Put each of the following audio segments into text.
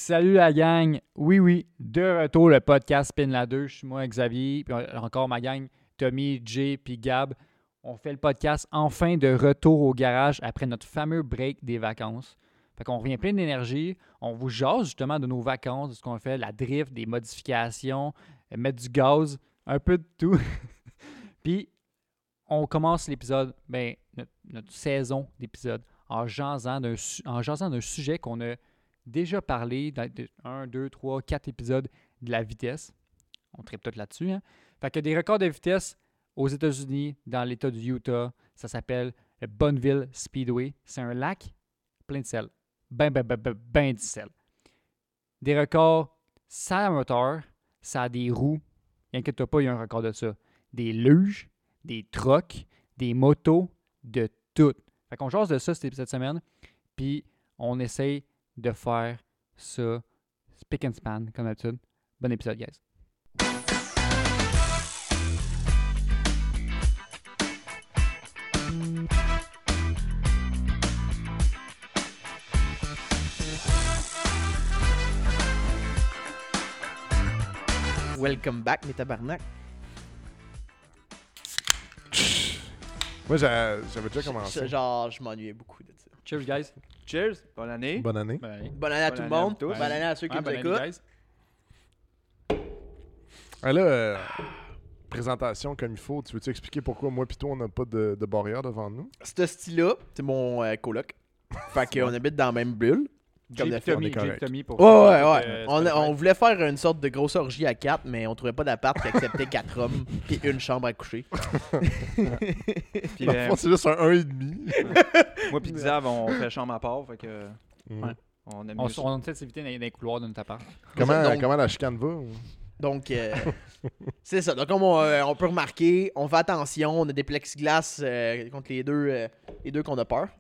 Salut la gang. Oui, de retour le podcast Spin la 2. Je suis moi, Xavier, puis encore ma gang, Tommy, Jay, puis Gab. On fait le podcast enfin de retour au garage après notre fameux break des vacances. Fait qu'on revient plein d'énergie. On vous jase justement de nos vacances, de ce qu'on fait, la drift, des modifications, mettre du gaz, un peu de tout. Puis on commence l'épisode, notre saison d'épisode, en jasant d'un sujet qu'on a déjà parlé dans 1, 2, 3, 4 épisodes de la vitesse. On tripe tout là-dessus. Hein? Fait que des records de vitesse aux États-Unis, dans l'État du Utah, ça s'appelle le Bonneville Speedway. C'est un lac plein de sel. Ben du sel. Des records, ça a un moteur, ça a des roues. Inquiète-toi pas, il y a un record de ça. Des luges, des trucks, des motos, de tout. Fait qu'on jase de ça cette semaine. Puis on essaye de faire ça spick and span, comme d'habitude. Bon épisode, guys. Welcome back, mes tabarnak. Moi, j'avais déjà commencé. Je m'ennuyais beaucoup de ça. Cheers, guys. Cheers, bonne année. Bonne année. Bonne année. Bonne année à tout le monde. tous. Bonne année à ceux qui nous bonne année, écoutent. guys. Ah là, présentation comme il faut. Tu veux-tu expliquer pourquoi moi et toi, on n'a pas de barrière devant nous? Ce style-là, c'est mon coloc. Fait qu'on habite dans la même bulle. Comme Jay de puis fait, on est Tommy, Jay correct. puis Tommy pour Ouais. On voulait faire une sorte de grosse orgie à 4, mais on trouvait pas d'appart qui acceptait 4 hommes puis une chambre à coucher. Puis, Dans le fond, c'est juste un 1,5. moi pis Xav, on fait chambre à part, fait que Ouais. on aime On mieux ça. essaie de s'éviter dans les couloirs de notre appart. Donc- Comment la chicane va? Donc, c'est ça. Donc, comme on peut remarquer, on fait attention. On a des plexiglas contre les deux qu'on a peur.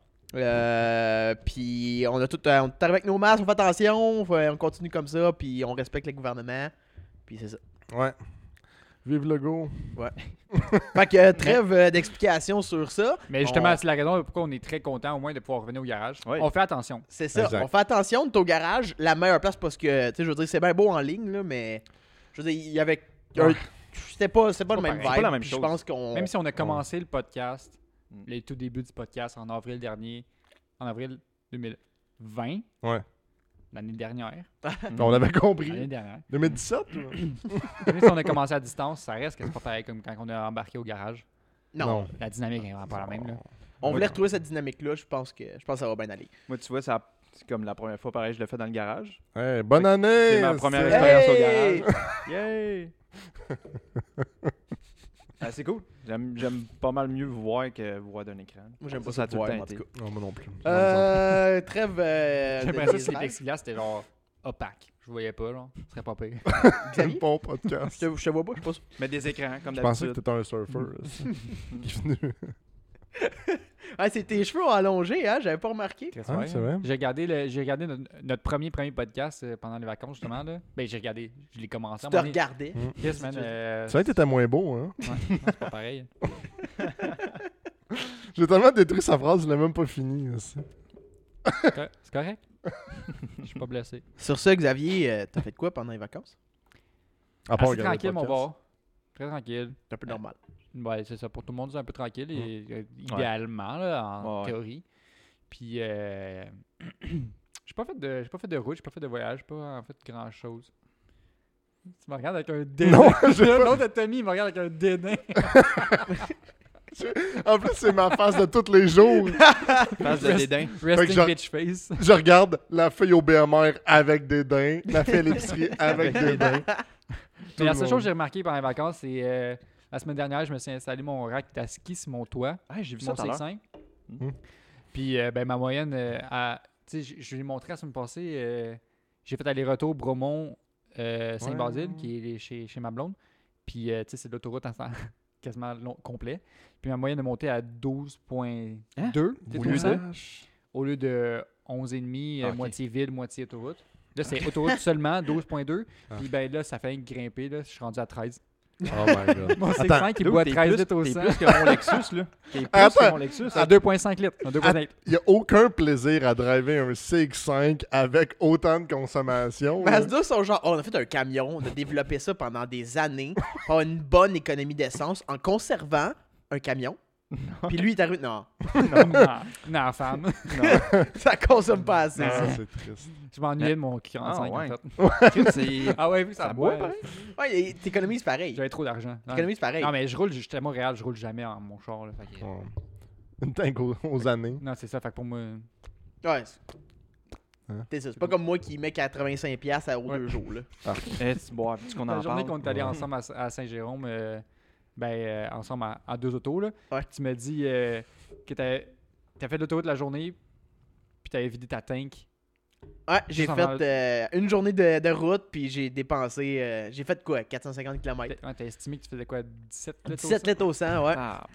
Puis on est arrivé avec nos masques, on fait attention, on continue comme ça, puis on respecte le gouvernement. Puis c'est ça. Ouais. Vive le go. Fait que trêve d'explications sur ça. Mais justement, c'est la raison pourquoi on est très content au moins de pouvoir revenir au garage. Oui. On fait attention. C'est ça. Exact. On fait attention, on est au garage, la meilleure place parce que, tu sais, je veux dire, c'est bien beau en ligne, là, mais je veux dire, il y avait. C'était pas le même pareil. vibe. C'est pas la même puis chose. Je pense qu'on. Même si on a commencé le podcast, les tout débuts du podcast en avril dernier, en avril 2020, Ouais. l'année dernière. On avait L'année compris. dernière. 2017? Même si on a commencé à distance, ça reste que c'est pas pareil comme quand on a embarqué au garage. Non. La dynamique est vraiment pas la même. Là. On voulait retrouver cette dynamique-là. Je pense que ça va bien aller. Moi, tu vois, c'est comme la première fois, pareil, je l'ai fait dans le garage. Hey, bonne année! C'est ma première c'est- expérience au Hey! garage. Yay! Ah, c'est cool. J'aime pas mal mieux vous voir que vous voir d'un écran. Moi, j'aime pas Ça ça a te tout le voir, temps en tout été. cas. Non, moi non plus. Trêve. J'ai l'impression que si les de plexiglas c'était genre opaque. Je voyais pas, là. Ce serait pas pire. Xavier? Bon podcast. Je te vois pas, je sais pas. Mais des écrans, comme Je pensais que d'habitude. t'étais un surfer. qui est venu. Ah, c'est tes cheveux allongés, hein? J'avais pas remarqué. Ah, c'est vrai? J'ai regardé notre premier podcast pendant les vacances, justement. Là. Ben, je l'ai commencé. Tu te regardais. Yes, man. C'est vrai que t'étais moins beau, hein? Ouais, non, c'est pas pareil. J'ai tellement détruit sa phrase, je l'ai même pas fini. aussi. C'est correct? Je suis pas blessé. Sur ça, Xavier, t'as fait quoi pendant les vacances? À part Assez regarder tranquille, le mon podcast. bar. Très tranquille. C'est un peu normal. Ouais, c'est ça. Pour tout le monde, c'est un peu tranquille. Idéalement, là, en Ouais. théorie. Puis, j'ai pas fait de route, j'ai pas fait de voyage, j'ai pas en fait grand chose. Tu me regardes avec un dédain. Non, j'ai pas- L'autre de Tommy, il me regarde avec un dédain. En plus, c'est ma face de tous les jours. Face de dédain. Resting genre- bitch face. Je regarde la fille au BMR avec des daims, la fille à l'épicerie avec des daims. Mais la le seule monde. chose que j'ai remarqué pendant les vacances, c'est la semaine dernière, je me suis installé mon rack à ski sur mon toit, Ah, j'ai vu mon ça tout à l'heure. C5. Mhm. Puis ben, ma moyenne, tu sais, je lui ai montré la semaine passée, j'ai fait aller-retour Bromont Saint-Basile, Ouais. qui est chez ma blonde. Puis tu sais, c'est de l'autoroute quasiment complet. Puis ma moyenne est montée à 12.2 Hein? tu sais, Au lieu tout ça, de? au lieu de 11,5, Ah, ok. moitié ville, moitié autoroute. Là, c'est autoroute seulement, 12.2. Ah. Puis ben là, ça fait grimper. Là, je suis rendu à 13. Oh my god. Mon Attends, CX-5, il boit 13 litres au T'es 100. plus que mon Lexus, là. T'es plus Attends. que mon Lexus. À 2,5 litres. À 2,5 litres. Il n'y a aucun plaisir à driver un CX5 avec autant de consommation. là. Mazda sont genre, on a fait un camion, on a développé ça pendant des années pour avoir une bonne économie d'essence en conservant un camion. Puis lui, il est arrivé. Non, Non, femme. Non. ça consomme pas assez. Ah, ça. c'est triste. Je m'ennuyais de mon 45 Ah, ouais. en fait. C'est... Ah ouais, oui, ça Ça boit, boit. pareil. Ouais, t'économises pareil. J'avais trop d'argent. Non, T'économises pareil. non, mais je roule, j'étais à Montréal, je roule jamais en mon char. Là, fait que- Ouais. Une tank aux années. Non, c'est ça. Fait que pour moi. Ouais. Hein? C'est pas comme moi qui met 85$ aux Ouais. 2 jours. Là. Eh, tu bois, puis qu'on La en journée parle. qu'on est allé Ouais. ensemble à Saint-Jérôme, ensemble en 2 autos, là, Ouais. tu m'as dit que t'as fait de l'autoroute la journée, puis t'avais vidé ta tank. Ouais, j'ai Juste fait avant- une journée de route, puis j'ai dépensé. J'ai fait quoi 450 km. T'as estimé que tu faisais quoi 17 litres 17 litres au 100, ouais. Ah,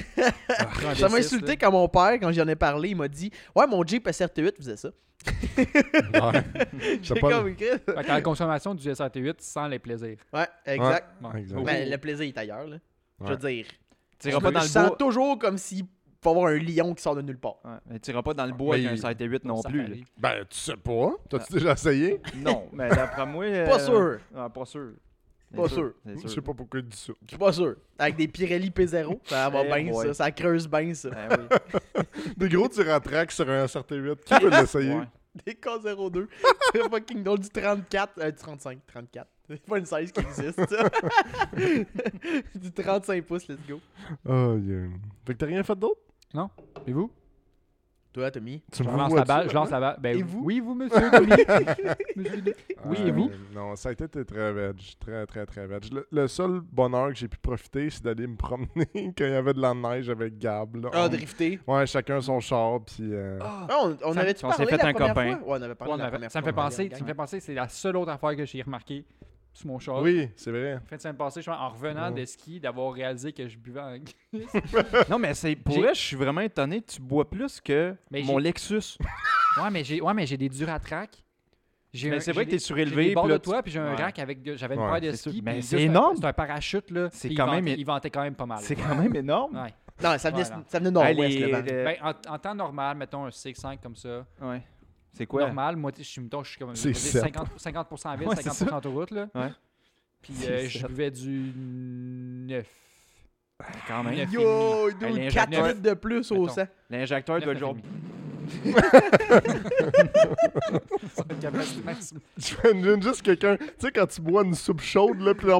Ça m'a insulté quand mon père, quand j'en ai parlé, il m'a dit ouais, mon Jeep SRT8 faisait ça. Ouais. J'ai pas- comme écrit. Fait que la consommation du SRT8 sans les plaisirs. Ouais, exact. Bon. Exact. Ben, le plaisir est ailleurs, là. Je veux dire. tu iras pas dans je le sens bois. toujours comme s'il faut avoir un lion qui sort de nulle part. Ouais, mais tu iras pas dans le bois Mais avec un il- Site 8 non Ça plus. arrive. Ben, tu sais pas. T'as-tu déjà essayé? là. Non, mais d'après moi. Pas sûr. Ah, pas sûr. C'est Pas sûr. c'est Je sais pas pourquoi il dit ça. Je suis pas sûr. Avec des Pirelli P0, ça va Eh bien, boy. ça. Ça creuse bien, ça. Ben oui. Des gros Tiratrax sur un SRT8. Qui peut l'essayer? Ouais. Des K02. C'est fucking drôle du 34. Du 35. 34. C'est pas une size qui existe, ça. Du 35 pouces, let's go. Oh, yeah. Fait que t'as rien fait d'autre? Et vous? Toi, Tommy. Tu Je me lance vois la balle. Je lance la balle. Ben, Et vous? Oui, vous, monsieur Tommy. Monsieur Tommy. Oui, et vous? Non, ça a été très veg. Très, très, très veg. Le seul bonheur que j'ai pu profiter, c'est d'aller me promener quand il y avait de la neige avec Gab. Là. Ah, drifter. Ouais, chacun son char, puis... Ah, on avait-tu on s'est parlé fait la un première copain. fois? Ouais, on avait parlé Ouais, la première ça me fois. fait penser, tu me fais penser, c'est la seule autre affaire que j'ai remarqué sur mon char. Oui, c'est vrai. Fin de semaine passée, je pense, en revenant Ouais. de ski, d'avoir réalisé que je buvais en glisse. Non, mais c'est pour J'ai- vrai, je suis vraiment étonné. Tu bois plus que Mais mon j'ai- Lexus. Ouais, mais j'ai des Duratrac. Mais c'est vrai que t'es J'ai surélevé. des bords puis de là, toit, puis j'ai un Ouais. rack avec... J'avais une Ouais, paire de c'est ski. sûr. Mais puis c'est juste énorme. C'est un parachute, là. C'est puis quand il même- ventait- Il ventait quand même pas mal. C'est quand même énorme. Ouais. Non, ça venait, Ouais, non. ça venait nord-ouest, Hey, le vent. Ben, en temps normal, mettons un CX5 comme ça. Ouais. C'est quoi? Normal, moi, mettons, je suis comme C'est 50% en ville, Ouais, c'est 50% autoroute, là. Ouais. Puis C'est je sept. buvais du 9. Quand même. Neuf. Yo, Hey, dude, les 4 neuf. litres de plus au Mettons. 100. L'injecteur doit être genre. Capacité maximum. J'imagine juste quelqu'un... Tu sais, quand tu bois une soupe chaude, là, puis là...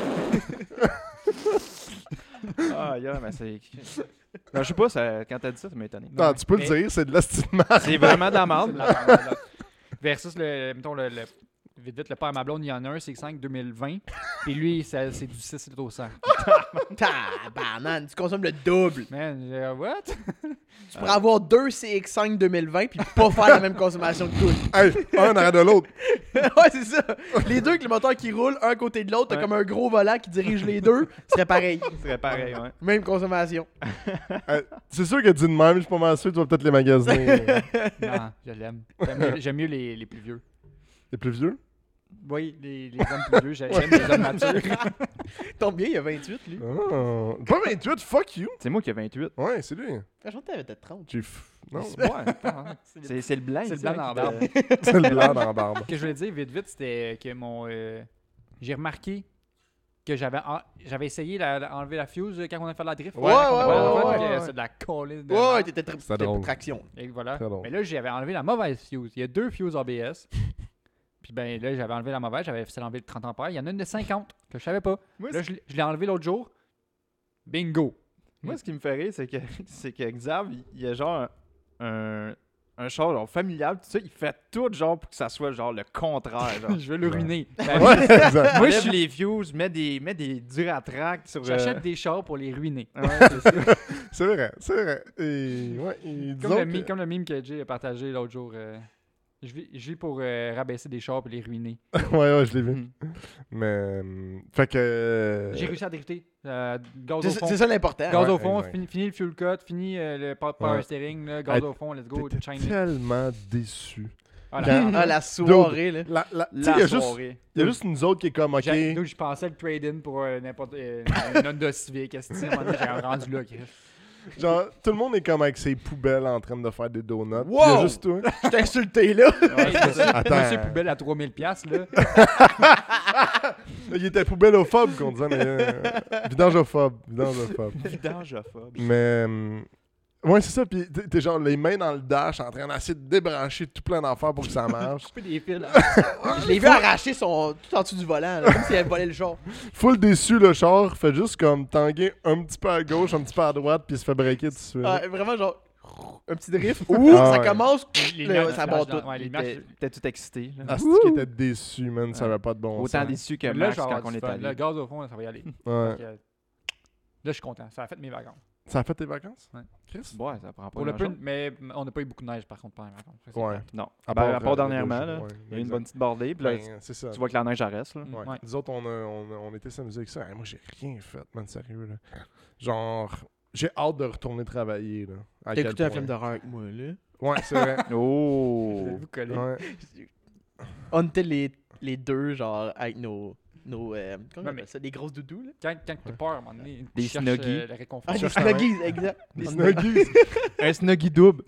Ah, yeah, mais c'est. Ben, je sais pas, quand t'as dit ça, ça m'a étonné. Non, tu peux mais- le dire, c'est de l'estimation. C'est vraiment de la C'est merde. de la merde, là. Versus mettons, vite, le père à ma blonde, il y en a un, CX5 2020. Puis lui, c'est du 6 litres au 100. Tabarnak, tu consommes le double. Man, what? Tu pourrais avoir 2 CX5 2020 puis pas faire la même consommation que tout. Hey, un arrêt de l'autre. Ouais, c'est ça. Les deux avec le moteur qui roule, un à côté de l'autre, t'as Ouais. comme un gros volant qui dirige les deux, serait pareil. Ce serait pareil, ouais. Même consommation. C'est sûr que dit de même, je suis pas mal sûr que tu vas peut-être les magasiner. Non, je l'aime. J'aime mieux les plus vieux. Les plus vieux? Oui, les hommes plus vieux, j'aime les hommes matures. Tombe bien, il y a 28, lui. Ah. Pas 28, fuck you. C'est moi qui ai 28. Ouais, c'est lui. Franchement, t'avais peut-être 30. Non, Ouais, c'est le blanc. C'est le ici, blanc dans la hein, qui barbe. c'est le blanc dans la barbe. Ce que je voulais dire vite, c'était que j'ai remarqué que j'avais essayé d'enlever la fuse quand on a fait la drift. Ouais, ouais, ouais. C'est de la colline de Ouais, merde. t'étais drôle. traction. Et voilà. Très drôle. Mais là, j'avais enlevé la mauvaise fuse. Il y a 2 fuses ABS. Puis ben là, j'avais enlevé la mauvaise. J'avais fait enlever le 30 ampères. Il y en a une de 50 que je savais pas. Moi, Là, je l'ai enlevé l'autre jour. Bingo. Moi, ce qui me fait rire, c'est que Xav, il y a genre un char genre familial, tout ça, il fait tout genre pour que ça soit genre le contraire. Genre. Je veux le Ouais. ruiner. Ben, Ouais, exact. Moi, je Enlève suis- les fuses, mets des Duratrac sur. J'achète des chars pour les ruiner. Ouais, c'est ça. C'est vrai, c'est vrai. Et, ouais, et disons que- Comme le meme que Jay a partagé l'autre jour. Je vis pour rabaisser des chars et les ruiner. ouais, je l'ai vu. Mhm. Mais, fait que... J'ai réussi à drifter. Gaz au C'est fond. c'est ça l'important. Gaz Ouais, au fond, exact. fini le fuel cut, fini le power Ouais. steering, là, gaz Hey, au fond, let's go, T'étais Chinese. tellement déçu. Ah, La soirée, là. Tu sais, il y a juste... soirée. Il y a juste nous autres qui est comme, OK... Nous, je pensais le trade-in pour n'importe une Honda Civic. Qu'est-ce que tu sais, à un moment donné, j'ai rendu là, Chris. Genre, tout le monde est comme avec ses poubelles en train de faire des donuts. Wow! Il y a juste toi. Je t'ai insulté, là. Ouais, Attends. Monsieur Poubelle à 3000$, là. Il était poubellophobe qu'on disait, mais... Vidangophobe. Vidangophobe. Mais... ouais, c'est ça. Puis t'es genre les mains dans le dash en train d'essayer de débrancher tout plein d'affaires pour que ça marche. Couper des fils, là. Je l'ai vu arracher son tout en dessous du volant, là, comme s'il avait volé le char. Full déçu, le char. Fait juste comme tanguer un petit peu à gauche, un petit peu à droite, puis il se fait breaker tout de suite. Ah, vraiment, genre, un petit drift. Ouh, Ah ça ouais. commence. Les Là, lumières ça de bat flash tout. ouais, les lumières- T'es tout excité. Là. Ah, c'est qui était déçu, man. Ça avait pas de bon Autant sens. déçu que Là, Max je vais avoir quand on du est fun. allé. Le gaz au fond, ça va y aller. Ouais. Fait que, là, je suis content. Ça a fait mes vacances. Ça a fait tes vacances? Ouais. Chris? Ouais, ça prend pas Pour le grand-chose. peu, mais on n'a pas eu beaucoup de neige, par contre, pendant les vacances. Ça, c'est Ouais. plate. Non. À À part part dernièrement, le là. jour, ouais, Il y a eu une exact. bonne petite bordée, puis là, Ben, c'est ça. tu vois que la neige elle reste. Là. Ouais. Ouais. Nous autres, on était s'amuser avec ça. Hey, moi, j'ai rien fait, man, sérieux. Là. Genre, j'ai hâte de retourner travailler. Là. À T'as quel écouté un point. film d'horreur avec moi, là. Ouais, c'est vrai. Oh! Vous collez. Ouais. On était les deux, genre, avec nos comment on Ouais, appelle mais- ça, des grosses doudous, là. Quand t'as peur, à un moment donné, Des tu cherches, snuggies. le réconfort. Ah, des cherche un- snuggies, exact. Des On- snuggies. Un snuggie double!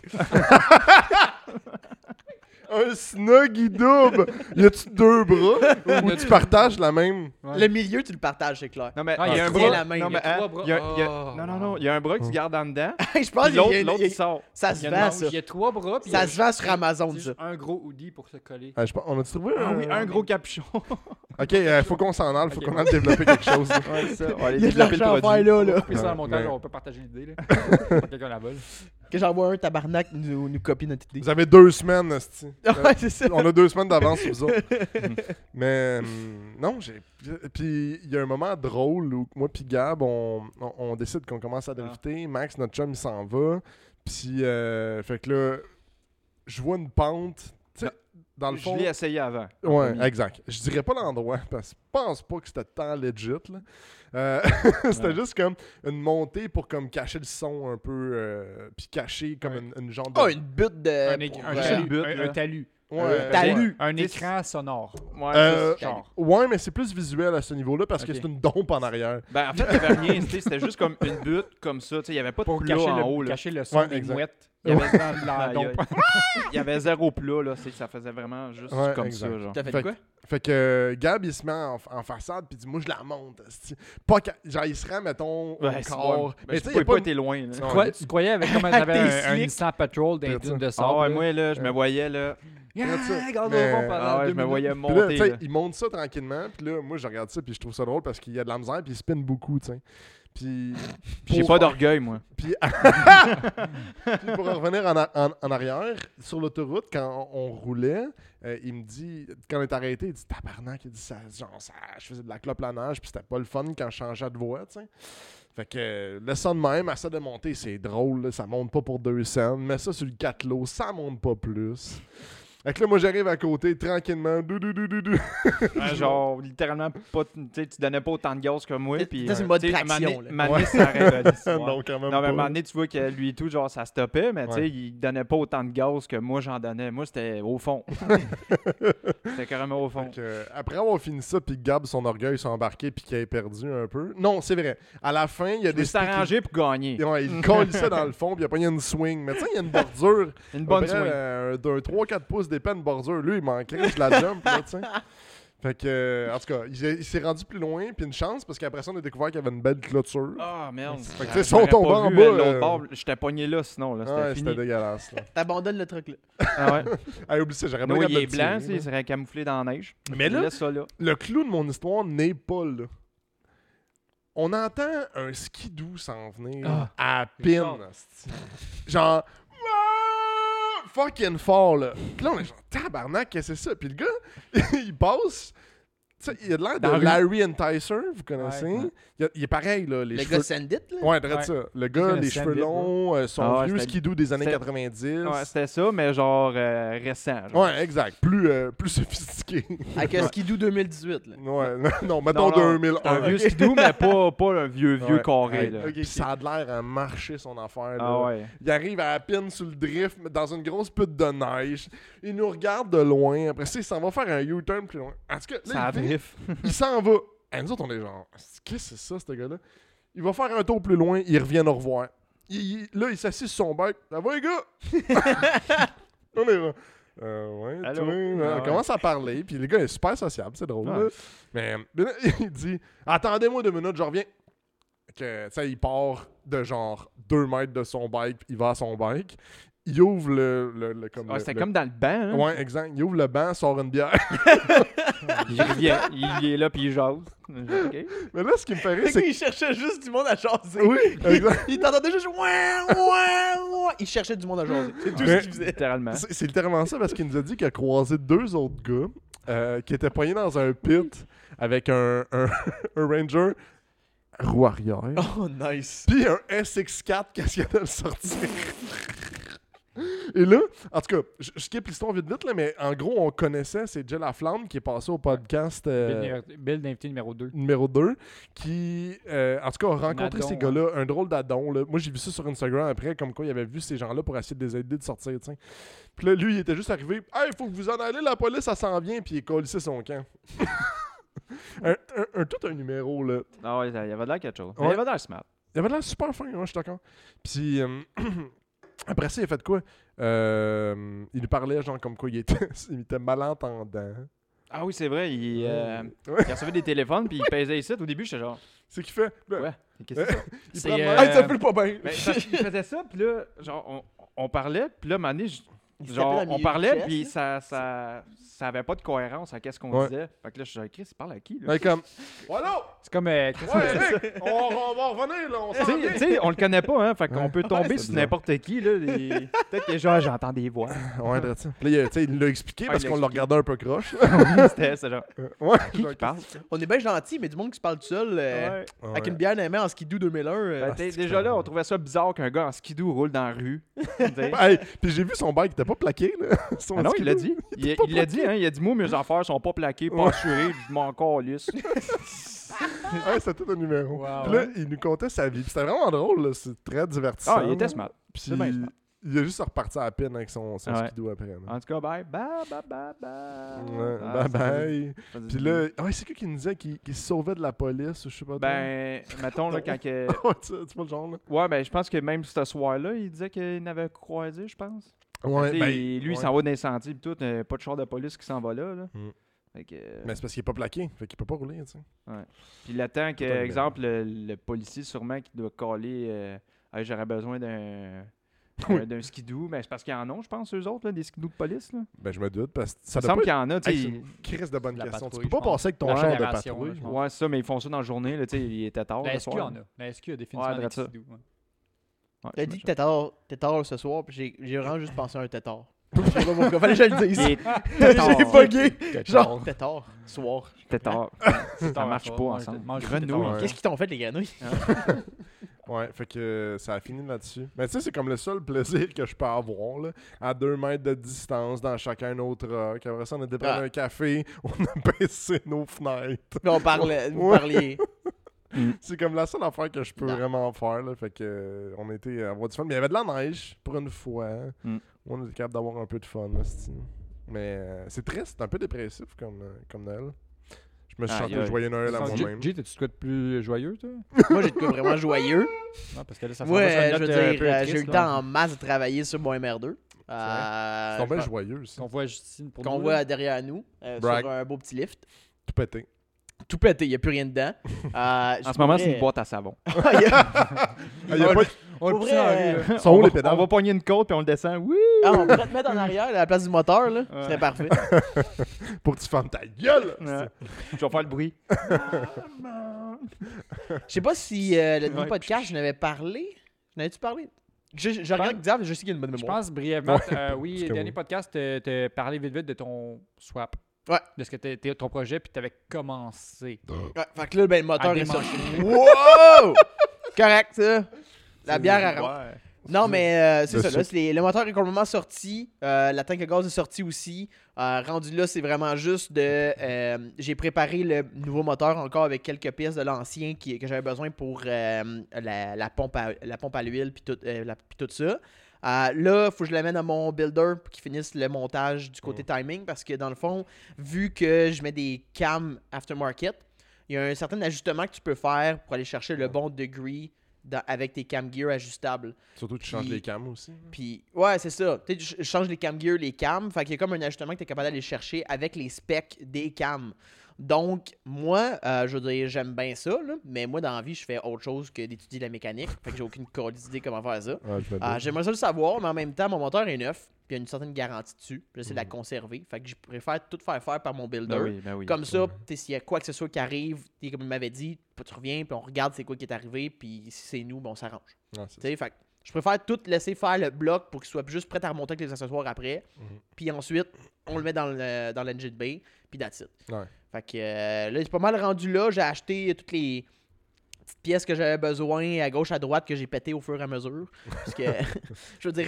Un snuggie double. Y a-tu deux bras? Ou tu partages la même? Ouais. Le milieu, tu le partages, c'est clair. Non, mais Ah, il y a un tiens bras. la main, Non, il y a mais, trois hein, bras. il y a- Oh. non, il y a un bras que tu gardes en dedans. Je pense Puis qu'il l'autre, y a- l'autre, il y a- il sort. ça Il se y a vend, une manche, ça. il y a 3 bras. puis il y Ça a se vend sur juste- Amazon, c'est ça. juste un gros hoodie pour se coller. On a-tu trouvé Ah oui, un gros capuchon. Ok, faut qu'on s'en aille, faut Ok. qu'on aille développer quelque chose. là. Ouais, c'est ça. On va aller Il y a de développer l'argent à le faire, produit. là, On là. va couper ça dans le Ouais, montage, mais- on peut partager l'idée. Là. Pour quelqu'un la vole. Que j'envoie un tabarnak nous copie notre idée. Vous avez 2 semaines, esti. Ouais, c'est ça. On a 2 semaines d'avance sur vous autres. Mais non, j'ai. Puis il y a un moment drôle où moi puis Gab, on décide qu'on commence à drifter. Max, notre chum, il s'en va. Puis, fait que là, je vois une pente. Tu sais, dans le Je fond. l'ai essayé avant. Ouais, Premier. exact. Je dirais pas l'endroit parce que je pense pas que c'était tant legit. Là. C'était Ouais. juste comme une montée pour comme cacher le son un peu, puis cacher comme Ouais. une genre de. Oh, une butte de. Un talus. talus. Là. Un talus. Ouais, talus. Un T'sais, écran sonore. Ouais, Euh, c'est genre. Ouais, mais c'est plus visuel à ce niveau-là parce que Ok. c'est une dompe en arrière. Ben, en fait, il n'y avait rien. C'était juste comme une butte comme ça. Il n'y avait pas de Pour plat cacher en haut. le, Là. cacher le son Ouais, des exact. mouettes. Il y avait dans la Aïe, dompe. Il y avait zéro plat. Là. Ça faisait vraiment juste Ouais, comme exact. ça. Genre. T'as fait Fait quoi? Fait que Gab, il se met en façade, puis il dit moi je la monte. esti. Pas genre, il se rend, mettons, au Ouais, c'est corps. bon. Mais Ben, tu sais, tu il y a pouvais pas pas été loin. Là. Ouais. Tu croyais avec comme Avec t'avais tes un slicks. Nissan Patrol dans les C'est dunes ça. de sable. Ah ouais, là. moi, là, je me voyais, là. Ah, ça. regarde Mais- au fond pendant Ah ouais, 2 je me minutes. voyais Puis là, monter, tu sais, là. il monte ça tranquillement, puis là, moi, je regarde ça, puis je trouve ça drôle parce qu'il y a de la misère, puis il spin beaucoup, tu sais. Puis. J'ai pour- pas d'orgueil, moi. Puis, puis pour en revenir en arrière, sur l'autoroute, quand on roulait, il me dit, quand on est arrêté, il dit tabarnak, il dit ça, genre, ça, je faisais de la clope la nage, puis c'était pas le fun quand je changeais de voie, tu sais. Fait que le son de même, à ça de monter, c'est drôle, là, ça monte pas pour 2 cents. Mets ça sur le 4 lots, ça monte pas plus. Fait que là, moi, j'arrive à côté, tranquillement, dou. Genre, littéralement, pas, tu donnais pas autant de gaz que moi. T'es- Puis, t'es sur le mode tu sais, traction, un là. moment donné, ça arrête. Non, quand même Non, mais à un moment pas. donné, tu vois que lui et tout, genre, ça stoppait, mais tu sais, Ouais. il donnait pas autant de gaz que moi, j'en donnais. Moi, c'était au fond. C'était carrément au fond. Fait que, après avoir fini ça, puis Gab, son orgueil s'est embarqué, puis qu'il a perdu un peu. Non, c'est vrai. À la fin, il y a Je me des suis arrangé pour gagner. Ouais, il colle ça dans le fond, puis il a pas une swing. Mais tu sais, il y a une bordure. Une bonne à peu près, swing. D'un 3-4 pouces d'épais, une bordure. Lui, il manquait de la jump, là, tu sais. Fait que, en tout cas, il s'est rendu plus loin, puis une chance, parce qu'après ça, on a découvert qu'il y avait une belle clôture. Ah, merde. Fait que, tu sais, Je si on l'aurais tombait pas en vu, bas, l'autre bord, j'étais pogné là, sinon, là, c'était Ouais, fini. c'était dégueulasse, là. T'abandonnes le truc, là. Ah ouais. Hey, oublie ça, j'aurais pas Nous, capable il est de le blanc, tirer, tu sais, il serait camouflé dans la neige. Mais là, Laisse ça là. le clou de mon histoire n'est pas là. On entend un skidoo s'en venir à pin. hostie. Genre, Wouah! Fucking fort, là. Puis là, on est genre, tabarnak, qu'est-ce que c'est ça? Puis le gars, il passe, tu sais, il a de l'air Dans la de rue. Larry Enticer, vous connaissez? Ouais. Il est pareil, là. Les Le cheveux... gars Sandit, là. Ouais, dirais Ouais. ça. Le gars, connais les cheveux Sandit, longs, son Ah ouais, vieux c'était- skidoo des années c'était- 90. Ouais, c'était ça, mais genre récent. Genre. Ouais, exact. Plus sophistiqué. Avec un skidoo 2018, là. Ouais, non, mettons Non, non, 2001. c'est un vieux skidoo, mais pas un vieux Ouais. carré. Hey, Là. ok. Puis ça a de l'air à marcher son affaire. Là. Ah ouais. Il arrive à la pine sur le drift, mais dans une grosse pute de neige. Il nous regarde de loin. Après ça, il s'en va faire un U-turn plus loin. En tout cas, Ça là, il, fait- drift. il s'en va. Et nous autres, on est genre, qu'est-ce que c'est ça, ce gars-là? Il va faire un tour plus loin, il revient nous revoir. Là, il s'assied sur son bike. Ça va, les gars? On est là. Ouais, Allô? toi, Ah on ouais. commence à parler, puis le gars est super sociable, c'est drôle. Ouais. Là. Mais là, il dit attendez-moi 2 minutes, je reviens. Que, tu sais, il part de genre 2 mètres de son bike, puis il va à son bike. Il ouvre le comme. Ah, le- c'était le- comme dans le banc. Hein? Ouais, exact. Il ouvre le banc, sort une bière. Il revient, il est là, puis il jase. OK. Mais là, ce qui me fait rire, Le c'est gars, il cherchait juste du monde à jaser. que. Oui, exact. Il t'entendait juste ouah. Il cherchait du monde à jaser. C'est tout Mais- ce qu'il faisait. Littéralement. C'est littéralement ça parce qu'il nous a dit qu'il a croisé 2 autres gars qui étaient poignés dans un pit avec un Ranger roue arrière. Oh, nice. Puis un SX4 qui a de le sortir. Et là, en tout cas, je skip l'histoire vite là, mais en gros, on connaissait, c'est Jill Laflamme qui est passé au podcast Bill d'invité numéro 2. numéro 2, qui, en tout cas, a rencontré adon, ces gars-là, un drôle d'adon. Là. Moi, j'ai vu ça sur Instagram après, comme quoi il avait vu ces gens-là pour essayer de les aider de sortir, tu sais. Puis là, lui, il était juste arrivé, « Hey, faut que vous en allez, la police, ça s'en vient », puis il collissait son camp. Tout un numéro, là. Ah ouais, il y avait de l'air quelque chose. Ouais. Il avait de l'air smart. Il avait l'air super fin, hein, je suis d'accord. Puis après ça, il a fait quoi? Il lui parlait, genre, comme quoi il était malentendant. Ah oui, c'est vrai. Il Ouais. recevait des téléphones, puis il pesait ici. Au début, j'étais genre, C'est qu'il fait. Là, ouais, qu'est-ce que c'est ça? Il C'est, prend le euh, mic. Hey, ça fait pas bien. Ben, parce qu'il faisait ça, puis là, genre, on parlait, puis là, à un moment donné, Il se genre, tapait dans le on milieu parlait, du puis chest, ça avait pas de cohérence à qu'est-ce qu'on Ouais. disait. Fait que là, je suis genre, Chris, il parle à qui, là? Ouais, comme. Voilà! C'est comme. Ouais, Eric! On va revenir, là. On s'en vient. Tu sais, on le connaît pas, hein, fait qu'on Ouais. peut tomber Ouais, c'est sur bizarre. n'importe qui, là. Peut-être que genre, j'entends des voix. Ouais, drôle ça. Puis là, tu sais, il l'a expliqué Ouais, parce il l'a qu'on l'a expliqué. regardé un peu croche. C'était genre, Ouais. qui genre, qui parle? On est bien gentil, mais du monde qui se parle tout seul Ouais. avec une bière dans les mains en skidoo 2001. Ben, déjà là, on trouvait ça bizarre qu'un gars en skidoo roule dans la rue. Tu sais. Hey, puis j'ai vu son bike, il était pas plaqué, là. Son Ah non, il l'a skidoo. dit. Il l'a dit, hein. Il a dit, moi, mes affaires sont pas plaquées, pas Ouais. assurées, je m'en calisse. Ouais, c'était tout un numéro. Wow, Puis là, ouais. il nous contait sa vie. Puis c'était vraiment drôle, là. C'est très divertissant. Ah, il était smart. Puis C'est bien smart. il a juste reparti à la pine avec son Ouais. skidoo après. Là. En tout cas, bye. Bye. Ouais, Ah, bye bye. ça faisait Puis du là, c'est qui nous disait qu'il se sauvait de la police ou je sais pas trop? Ben, mettons, là, quand que... Ouais, c'est pas le genre, là. Ouais, ben, je pense que même ce soir-là, il disait qu'il n'avait croisé, je pense. Ouais, Tu sais, ben, lui, il ouais. s'en va dans l'incendie et tout, pas de char de police qui s'en va là. Mm. Fait que, Mais c'est parce qu'il est pas plaqué, fait qu'il peut pas rouler, tu sais. puis le temps que, Pas de exemple, le policier sûrement qui doit caler, hey, j'aurais besoin d'un d'un skidoo, mais c'est parce qu'il y en a, je pense, eux autres, là, des skidoos de police. Là. Ben, je me doute, parce que ça Il me doit semble pas qu'il y en a, tu Hey, sais. c'est une crise de bonne La question. Tu patrouille, peux pas je pense. passer avec ton La char de génération, patrouille. là, je pense. Ouais, c'est ça, mais ils font ça dans la journée, là, tu sais, il était tard. La le SQ soir. en a. La SQ a définitivement Ouais, des ça. skidoo, ouais. Ouais, T'as dit je que t'es tard ce soir, puis j'ai vraiment juste pensé à un tétard. Je sais pas pourquoi, fallait que je le dise. Il est J'ai bugué. Tétard. Genre, tétard, soir. C'était tard. Ça Tétard, marche ouais, pas ouais, ensemble. mange du Grenouille. tétard. Ouais. Qu'est-ce qu'ils t'ont fait, les grenouilles? Ouais, fait que ça a fini là-dessus. Mais tu sais, c'est comme le seul plaisir que je peux avoir, là. À 2 mètres de distance, dans chacun notre rock. Après ça, on a été prendre Ah. un café, on a baissé nos fenêtres. Puis on parlait, vous Ouais. parliez. C'est comme la seule affaire que je peux Non. vraiment faire, là. Fait que on était à avoir du fun. Mais il y avait de la neige, pour une fois. Mm. On était capable d'avoir un peu de fun, là, c'ti. Mais c'est triste, un peu dépressif comme Noël. Je me suis Aïe, chanté aïe. joyeux Noël à moi-même. Jay, t'as-tu de quoi de plus joyeux, toi? Moi, j'ai de quoi vraiment joyeux. Ouais, parce que là, ça Moi, s'en va sur une je note, veux un dire, peu j'ai triste, eu le là. temps en masse de travailler sur mon MR2. Ils sont bien je- joyeux aussi. Qu'on voit Justine pour Qu'on nous, voit là. derrière nous, Brag. sur un beau petit lift. Tout pété. Tout pété, il n'y a plus rien dedans. En ce moment, c'est une boîte à savon. Ah, y a pas- On Pour le pousse vrai, en rue, là. Sont où on, les va, pédales? on va pogner une côte puis on le descend. Oui! Ah, on pourrait te mettre en arrière à la place du moteur, là. Ce serait parfait. Pour que tu fermes ta gueule! Ouais. Je vais faire le bruit. Je sais pas si le dernier Ouais. podcast, je n'avais parlé. Je n'avais-tu parlé? Je regarde Xav, je sais qu'il y a une bonne Je mémoire. pense brièvement, Ouais, oui, parce que dernier oui. podcast, t'as parlé vite de ton swap. Ouais. De ce que t'es ton projet, puis t'avais commencé. Ouais, fait que là, ben, le moteur À est sorti. démancher. Wow! Correct, ça. La bière, elle rentre. Ouais. Non, mais c'est Le ça. Là, sucre. le moteur est complètement sorti. La tank de gaz est sortie aussi. Rendu là, c'est vraiment juste de... j'ai préparé le nouveau moteur encore avec quelques pièces de l'ancien que j'avais besoin pour la pompe à l'huile puis tout ça. Là, il faut que je l'amène à mon builder pour qu'il finisse le montage du côté timing parce que dans le fond, vu que je mets des cams aftermarket, il y a un certain ajustement que tu peux faire pour aller chercher le bon degré avec tes cam gear ajustables. Surtout que tu changes Puis- les cams aussi. Puis, ouais, c'est ça. Tu sais, je change les cam gear, les cams. Fait qu'il y a comme un ajustement que tu es capable d'aller chercher avec les specs des cams. Donc, moi, je veux dire, j'aime bien ça, là, mais moi, dans la vie, je fais autre chose que d'étudier la mécanique. Fait que j'ai aucune idée comment faire ça. Ouais, je me doute. J'aimerais ça le savoir, mais en même temps, mon moteur est neuf. Puis il y a une certaine garantie dessus. Puis j'essaie de la conserver. Fait que je préfère tout faire par mon builder. Ben oui. Comme ça, s'il y a quoi que ce soit qui arrive, comme il m'avait dit, tu reviens, puis on regarde c'est quoi qui est arrivé, puis si c'est nous, ben, on s'arrange. Ouais, c'est Tu sais, fait que je préfère tout laisser faire le bloc pour qu'il soit juste prêt à remonter avec les accessoires après. Puis ensuite, on le met dans l'engine bay, puis that's it. Ouais. Fait que là, c'est pas mal rendu là. J'ai acheté toutes les petites pièces que j'avais besoin à gauche, à droite, que j'ai pété au fur et à mesure. Parce que, je veux dire,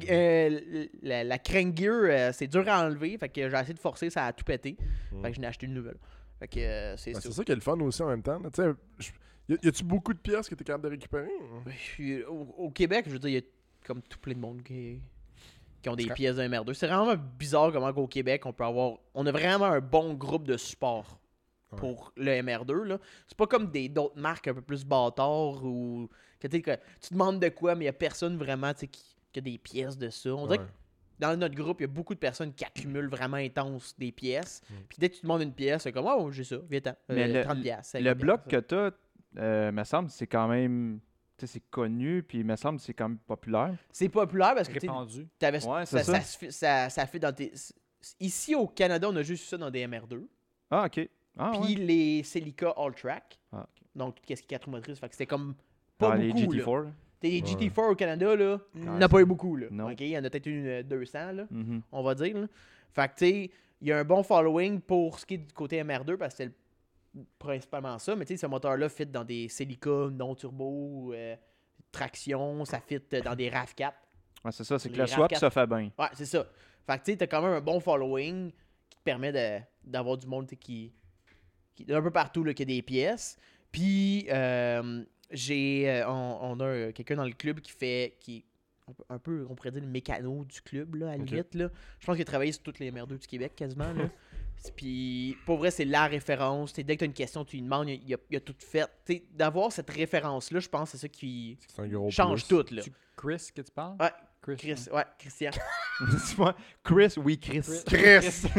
la crank gear, c'est dur à enlever. Fait que j'ai essayé de forcer, ça a tout pété. Fait que j'en ai acheté une nouvelle. Fait que c'est Ouais, ça. c'est ça qui est le fun aussi en même temps. là. Tu sais, y a-tu beaucoup de pièces que tu es capable de récupérer? Au Québec, je veux dire, il y a comme tout plein de monde qui ont des pièces d'un MR2. C'est vraiment bizarre comment qu'au Québec, on a vraiment un bon groupe de support pour le MR2. Là. C'est pas comme d'autres marques un peu plus bâtards ou que tu demandes de quoi, mais il y a personne vraiment qui a des pièces de ça. On dirait que dans notre groupe, il y a beaucoup de personnes qui accumulent vraiment intense des pièces. Puis dès que tu demandes une pièce, c'est comme « Oh, j'ai ça, viens-t'en. Mais 30 pièces. Le bloc que t'as, me semble, c'est quand même... Tu sais, c'est connu, puis il me semble que c'est quand même populaire. C'est populaire parce que tu sais, Répandu. Ouais, c'est ça. ça fait dans tes... Ici, au Canada, on a juste ça dans des MR2. Ah, OK. Ah, Puis ouais. les Celica All-Track. Ah, ok. Donc, qu'est-ce qui est 4 roues motrices. Fait que c'était comme pas Les beaucoup, là. GT4. T'es les GT4 au Canada, là, il n'y en a Ouais, pas eu beaucoup, là. non. OK? Il y en a peut-être une 200, là, Mhm. on va dire, là. Fait que, tu sais, il y a un bon following pour ce qui est du côté MR2 parce que c'est principalement ça. Mais tu sais, ce moteur-là fit dans des Celica non-turbo, traction, ça fit dans des RAV4. Ouais, c'est ça, c'est que Les le swap, RAV4. ça fait bien. Ouais, c'est ça. Fait que tu sais, t'as quand même un bon following qui te permet d'avoir du monde tu sais, qui un peu partout là, qui a des pièces. Puis on a quelqu'un dans le club qui est un peu, on pourrait dire, le mécano du club, là, à la limite. Là. Je pense qu'il a travaillé sur toutes les MR2 du Québec, quasiment. Là. Puis, pour vrai, c'est la référence. T'sais, dès que tu as une question, tu lui demandes, il a tout fait. T'sais, d'avoir cette référence-là, je pense que c'est ça qui C'est un gros change plus. tout. Là. Chris, que tu parles? Ouais, Chris. Christian. Dis-moi, Chris, oui, Chris. Chris!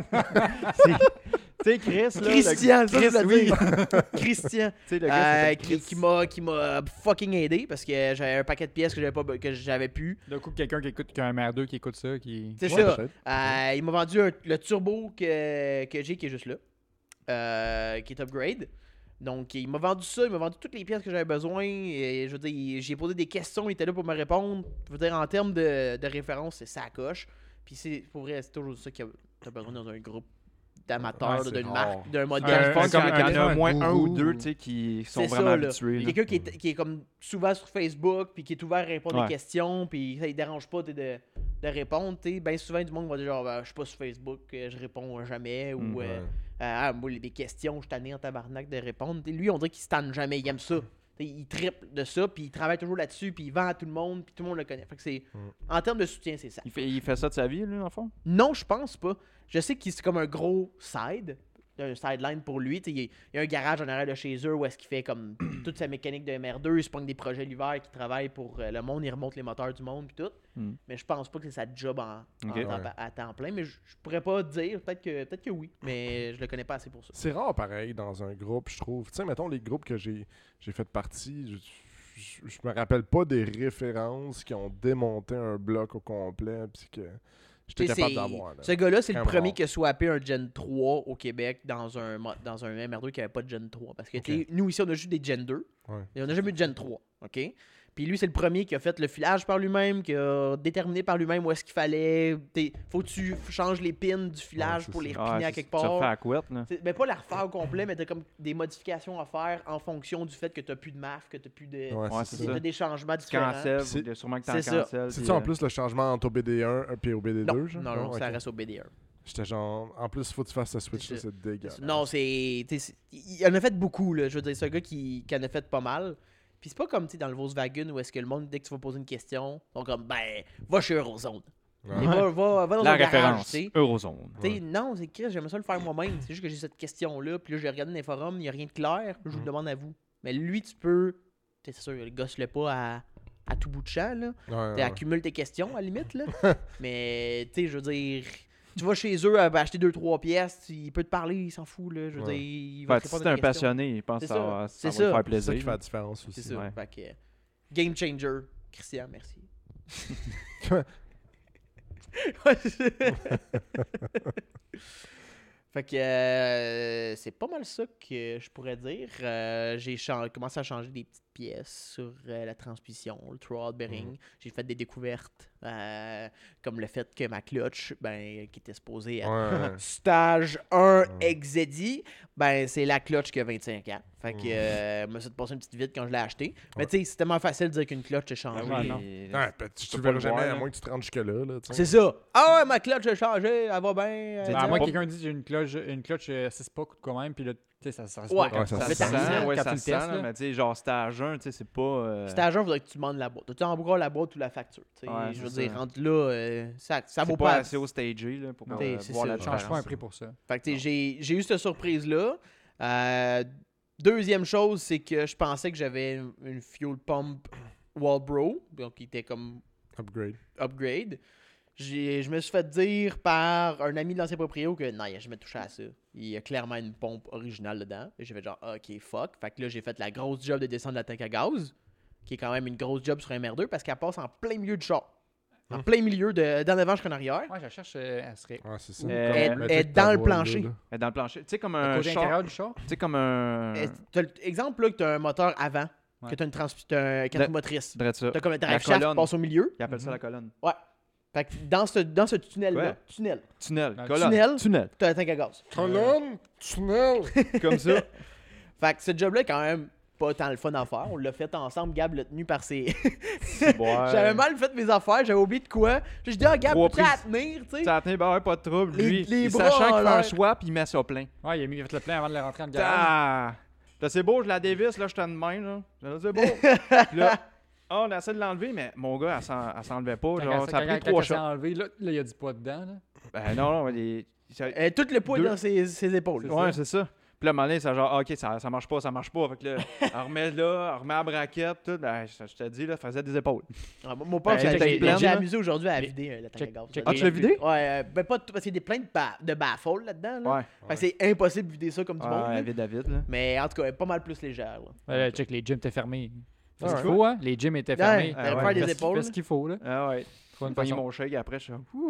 Tu sais, Chris, là. Christian, ça, Chris, je voulais oui. dire. Christian. Tu sais, le gars, c'est Qui m'a fucking aidé parce que j'avais un paquet de pièces que j'avais plus. D'un coup, quelqu'un qui a un MR2 qui écoute ça, qui... C'est Ouais, ça. peut-être. Il m'a vendu le turbo que j'ai qui est juste là. Qui est upgrade. Donc, il m'a vendu ça, il m'a vendu toutes les pièces que j'avais besoin. Et, je veux dire, j'ai posé des questions, il était là pour me répondre. Je veux dire, en termes de référence, c'est ça coche. Puis, pour vrai, c'est toujours ça que tu as besoin dans un groupe d'amateurs, Ouais, d'une c'est marque, rare. d'un modèle. Un- Fun, un- comme il y en a un au moins un ou gourou. deux, tu sais, qui sont C'est vraiment ça, là. habitués. là. Quelqu'un qui est comme souvent sur Facebook, puis qui est ouvert à répondre Ouais. aux questions, puis ça ne dérange pas de répondre. Bien souvent, du monde va dire genre, ben, je suis pas sur Facebook, je réponds jamais, ou moi, les questions, je suis tanné en tabarnak de répondre. T'sais, lui, on dirait qu'il se tanne jamais, il aime ça. T'sais, il triple de ça, puis il travaille toujours là-dessus, puis il vend à tout le monde, puis tout le monde le connaît. Fait que c'est, en termes de soutien, c'est ça. Il fait ça de sa vie, lui, dans le fond? Non, je pense pas. Je sais que c'est comme un gros side, un sideline pour lui. Il y a un garage en arrière de chez eux où est-ce qu'il fait comme toute sa mécanique de MR2. Il se pogne des projets l'hiver qui travaille pour le monde. Il remonte les moteurs du monde puis tout. Mais je pense pas que c'est sa job à temps plein. Mais je pourrais pas dire. Peut-être que oui. Mais je le connais pas assez pour ça. C'est rare, pareil, dans un groupe, je trouve. Tu sais, mettons, les groupes que j'ai fait partie, je me rappelle pas des références qui ont démonté un bloc au complet, puis que j'étais capable d'avoir. là. Ce gars-là, c'est le Quand premier rare. qui a swappé un Gen 3 au Québec dans un MR2 qui avait pas de Gen 3. Parce que Ok. nous, ici, on a juste des Gen 2. Ouais. Et on n'a jamais eu de Gen 3. OK? Puis lui, c'est le premier qui a fait le filage par lui-même, qui a déterminé par lui-même où est-ce qu'il fallait. Faut que tu changes les pins du filage c'est pour les ça. repiner à quelque Tu refais part. la couette, là. Ben pas la refaire au complet, mais t'as comme des modifications à faire en fonction du fait que t'as plus de MAF, que t'as plus de. Ouais, Ouais, c'est c'est ça. T'as des changements Tu différents. cancelles, C'est- sûrement que c'est t'en ça. cancelles. C'est-tu puis, en plus le changement entre au BD1 et au BD2, Non, genre? non, ça ok. reste au BD1. J'étais genre, en plus, faut que tu fasses ce switch-là, C'est ça. c'est dégueulasse. Non, il en a fait beaucoup, là. Je veux dire, c'est un gars qui en a fait pas mal. Puis c'est pas comme, tu sais, dans le Volkswagen où est-ce que le monde, dès que tu vas poser une question, ils sont comme, ben, va chez Eurozone. Ouais. Et va dans La un garage, référence, tu sais. Eurozone. Tu sais, non, c'est Chris, j'aimerais ça le faire moi-même. C'est juste que j'ai cette question-là, puis là, j'ai regardé dans les forums, il n'y a rien de clair, je vous le demande à vous. Mais lui, tu peux, tu sais, c'est sûr, il gosse-le pas à tout bout de champ, là. Ouais, Tu ouais. accumules tes questions, à la limite, là. Mais, tu sais, je veux dire, tu vas chez eux acheter 2-3 pièces, il peut te parler, il s'en fout, là. Je veux Ouais. dire, il va Fait te que si répondre t'es à un tes questions. passionné, il pense que C'est ça ça. va C'est ça ça. va lui faire C'est ça plaisir. qui fait la différence C'est aussi. ça. Ouais. Fait que, game changer, Christian, merci. Fait que c'est pas mal ça que je pourrais dire. J'ai commencé à changer des petites pièces sur la transmission, le throwout bearing. J'ai fait des découvertes, comme le fait que ma clutch, ben, qui était supposée être Ouais. stage 1 XZI, ben c'est la clutch qui a 25 ans. Fait que me suis passé une petite vite quand je l'ai acheté. Mais Ouais. tu sais, c'est tellement facile de dire qu'une clutch a changé. Ah oui, non. Ouais, ben, tu peux le pas verras le jamais voir, à là. moins que tu te rendes jusque-là. Là, tu sais. C'est ça. Ah ouais, ma clutch a changé, elle va bien. C'est Ben, à moins pas- que quelqu'un dise j'ai une clutch 6 pas quand même, puis là, tu sais, ça reste Ouais. pas quand Ouais, ça ça se se sent, sent, ouais, quand ça tu le se sent, testes, là, là. mais tu sais, genre stage 1, tu sais, c'est pas... Stage 1, il faudrait que tu demandes la boîte. Tu encore la boîte ou la facture. Tu sais, Ouais, je veux c'est dire, ça. rentre là, ça c'est vaut pas pas. assez au stagé, là, pour C'est voir ça. la Tu changes pas un différence. prix pour ça. Fait que tu sais, j'ai eu cette surprise-là. Deuxième chose, c'est que je pensais que j'avais une fuel pump Walbro, donc qui était comme upgrade. Je me suis fait dire par un ami de l'ancien proprio que non, il a jamais touché à ça. Il y a clairement une pompe originale dedans. Et j'ai fait genre, ok, fuck. Fait que là, j'ai fait la grosse job de descendre la tank à gaz, qui est quand même une grosse job sur un MR2 parce qu'elle passe en plein milieu du char. En plein milieu, d'en avant jusqu'en arrière. Ouais, je la cherche, elle serait Ouais, c'est ça. Elle- Comme le elle est truc dans le que t'as plancher. là. Mais dans le plancher, tu sais, comme au un côté char, intérieur du char. tu sais, comme un... Exemple là que tu as un moteur avant, Ouais. que tu as un quatre motrice. Drette ça. Tu as comme un La drive shaft qui colonne. passe au milieu. Il appelle ça la colonne. Fait que dans ce tunnel-là, Ouais. tunnel, Tunnel. Un Colonne. tunnel. tu as la tank à gaz. Colonne, tunnel. Comme ça. Fait que ce job-là est quand même pas tant le fun à faire. On l'a fait ensemble. Gab l'a tenu par ses. Ouais. J'avais mal fait mes affaires, j'avais oublié de quoi. J'ai dit, ah, Gab, Trois peux-tu la prises. tenir, tu sais? Ça a tenu, ben ouais, pas de trouble. Les- Lui, les il bras sachant en qu'il fait un l'air. swap, il met ça plein. Ouais, il a mis fait le plein avant de le rentrer dans le garage. Ah! Là, c'est beau, je la dévisse, là, je t'en de main, là. Là, c'est beau. Puis là, on a essayé de l'enlever, mais mon gars, elle s'enlevait pas. Genre, ça a pris 3 quand shots. elle s'est enlevé, là, il y a du poids dedans. Là. Ben non, non, Tout le poids est Deux. dans ses épaules. ouais, c'est ça. Puis là, à un moment donné, c'est genre, ah, ok, ça marche pas. Fait que là, elle remet là, elle remet la braquette, tout. Ben, je te dis, là, faisait des épaules. Mon pote, Ben, j'ai pleine, j'ai là. amusé aujourd'hui à Mais- vider la tank à gaz. check- Ah, tu l'as vidé? Ouais, ben pas tout, parce qu'il y a plein de baffles là-dedans. Là. Ouais. Fait que c'est impossible de vider ça comme du monde. Ouais, là. vite David, là. Mais en tout cas, elle est pas mal plus légère. Là. Check, les gyms étaient fermés. Fais ce Ouais. qu'il faut, hein? Les gyms étaient fermés. t'allais ouais. faire des Fais ce- épaules. Fais ce qu'il faut, là. Ah ouais. Faut une Pogné façon. mon shake après, je suis ouh.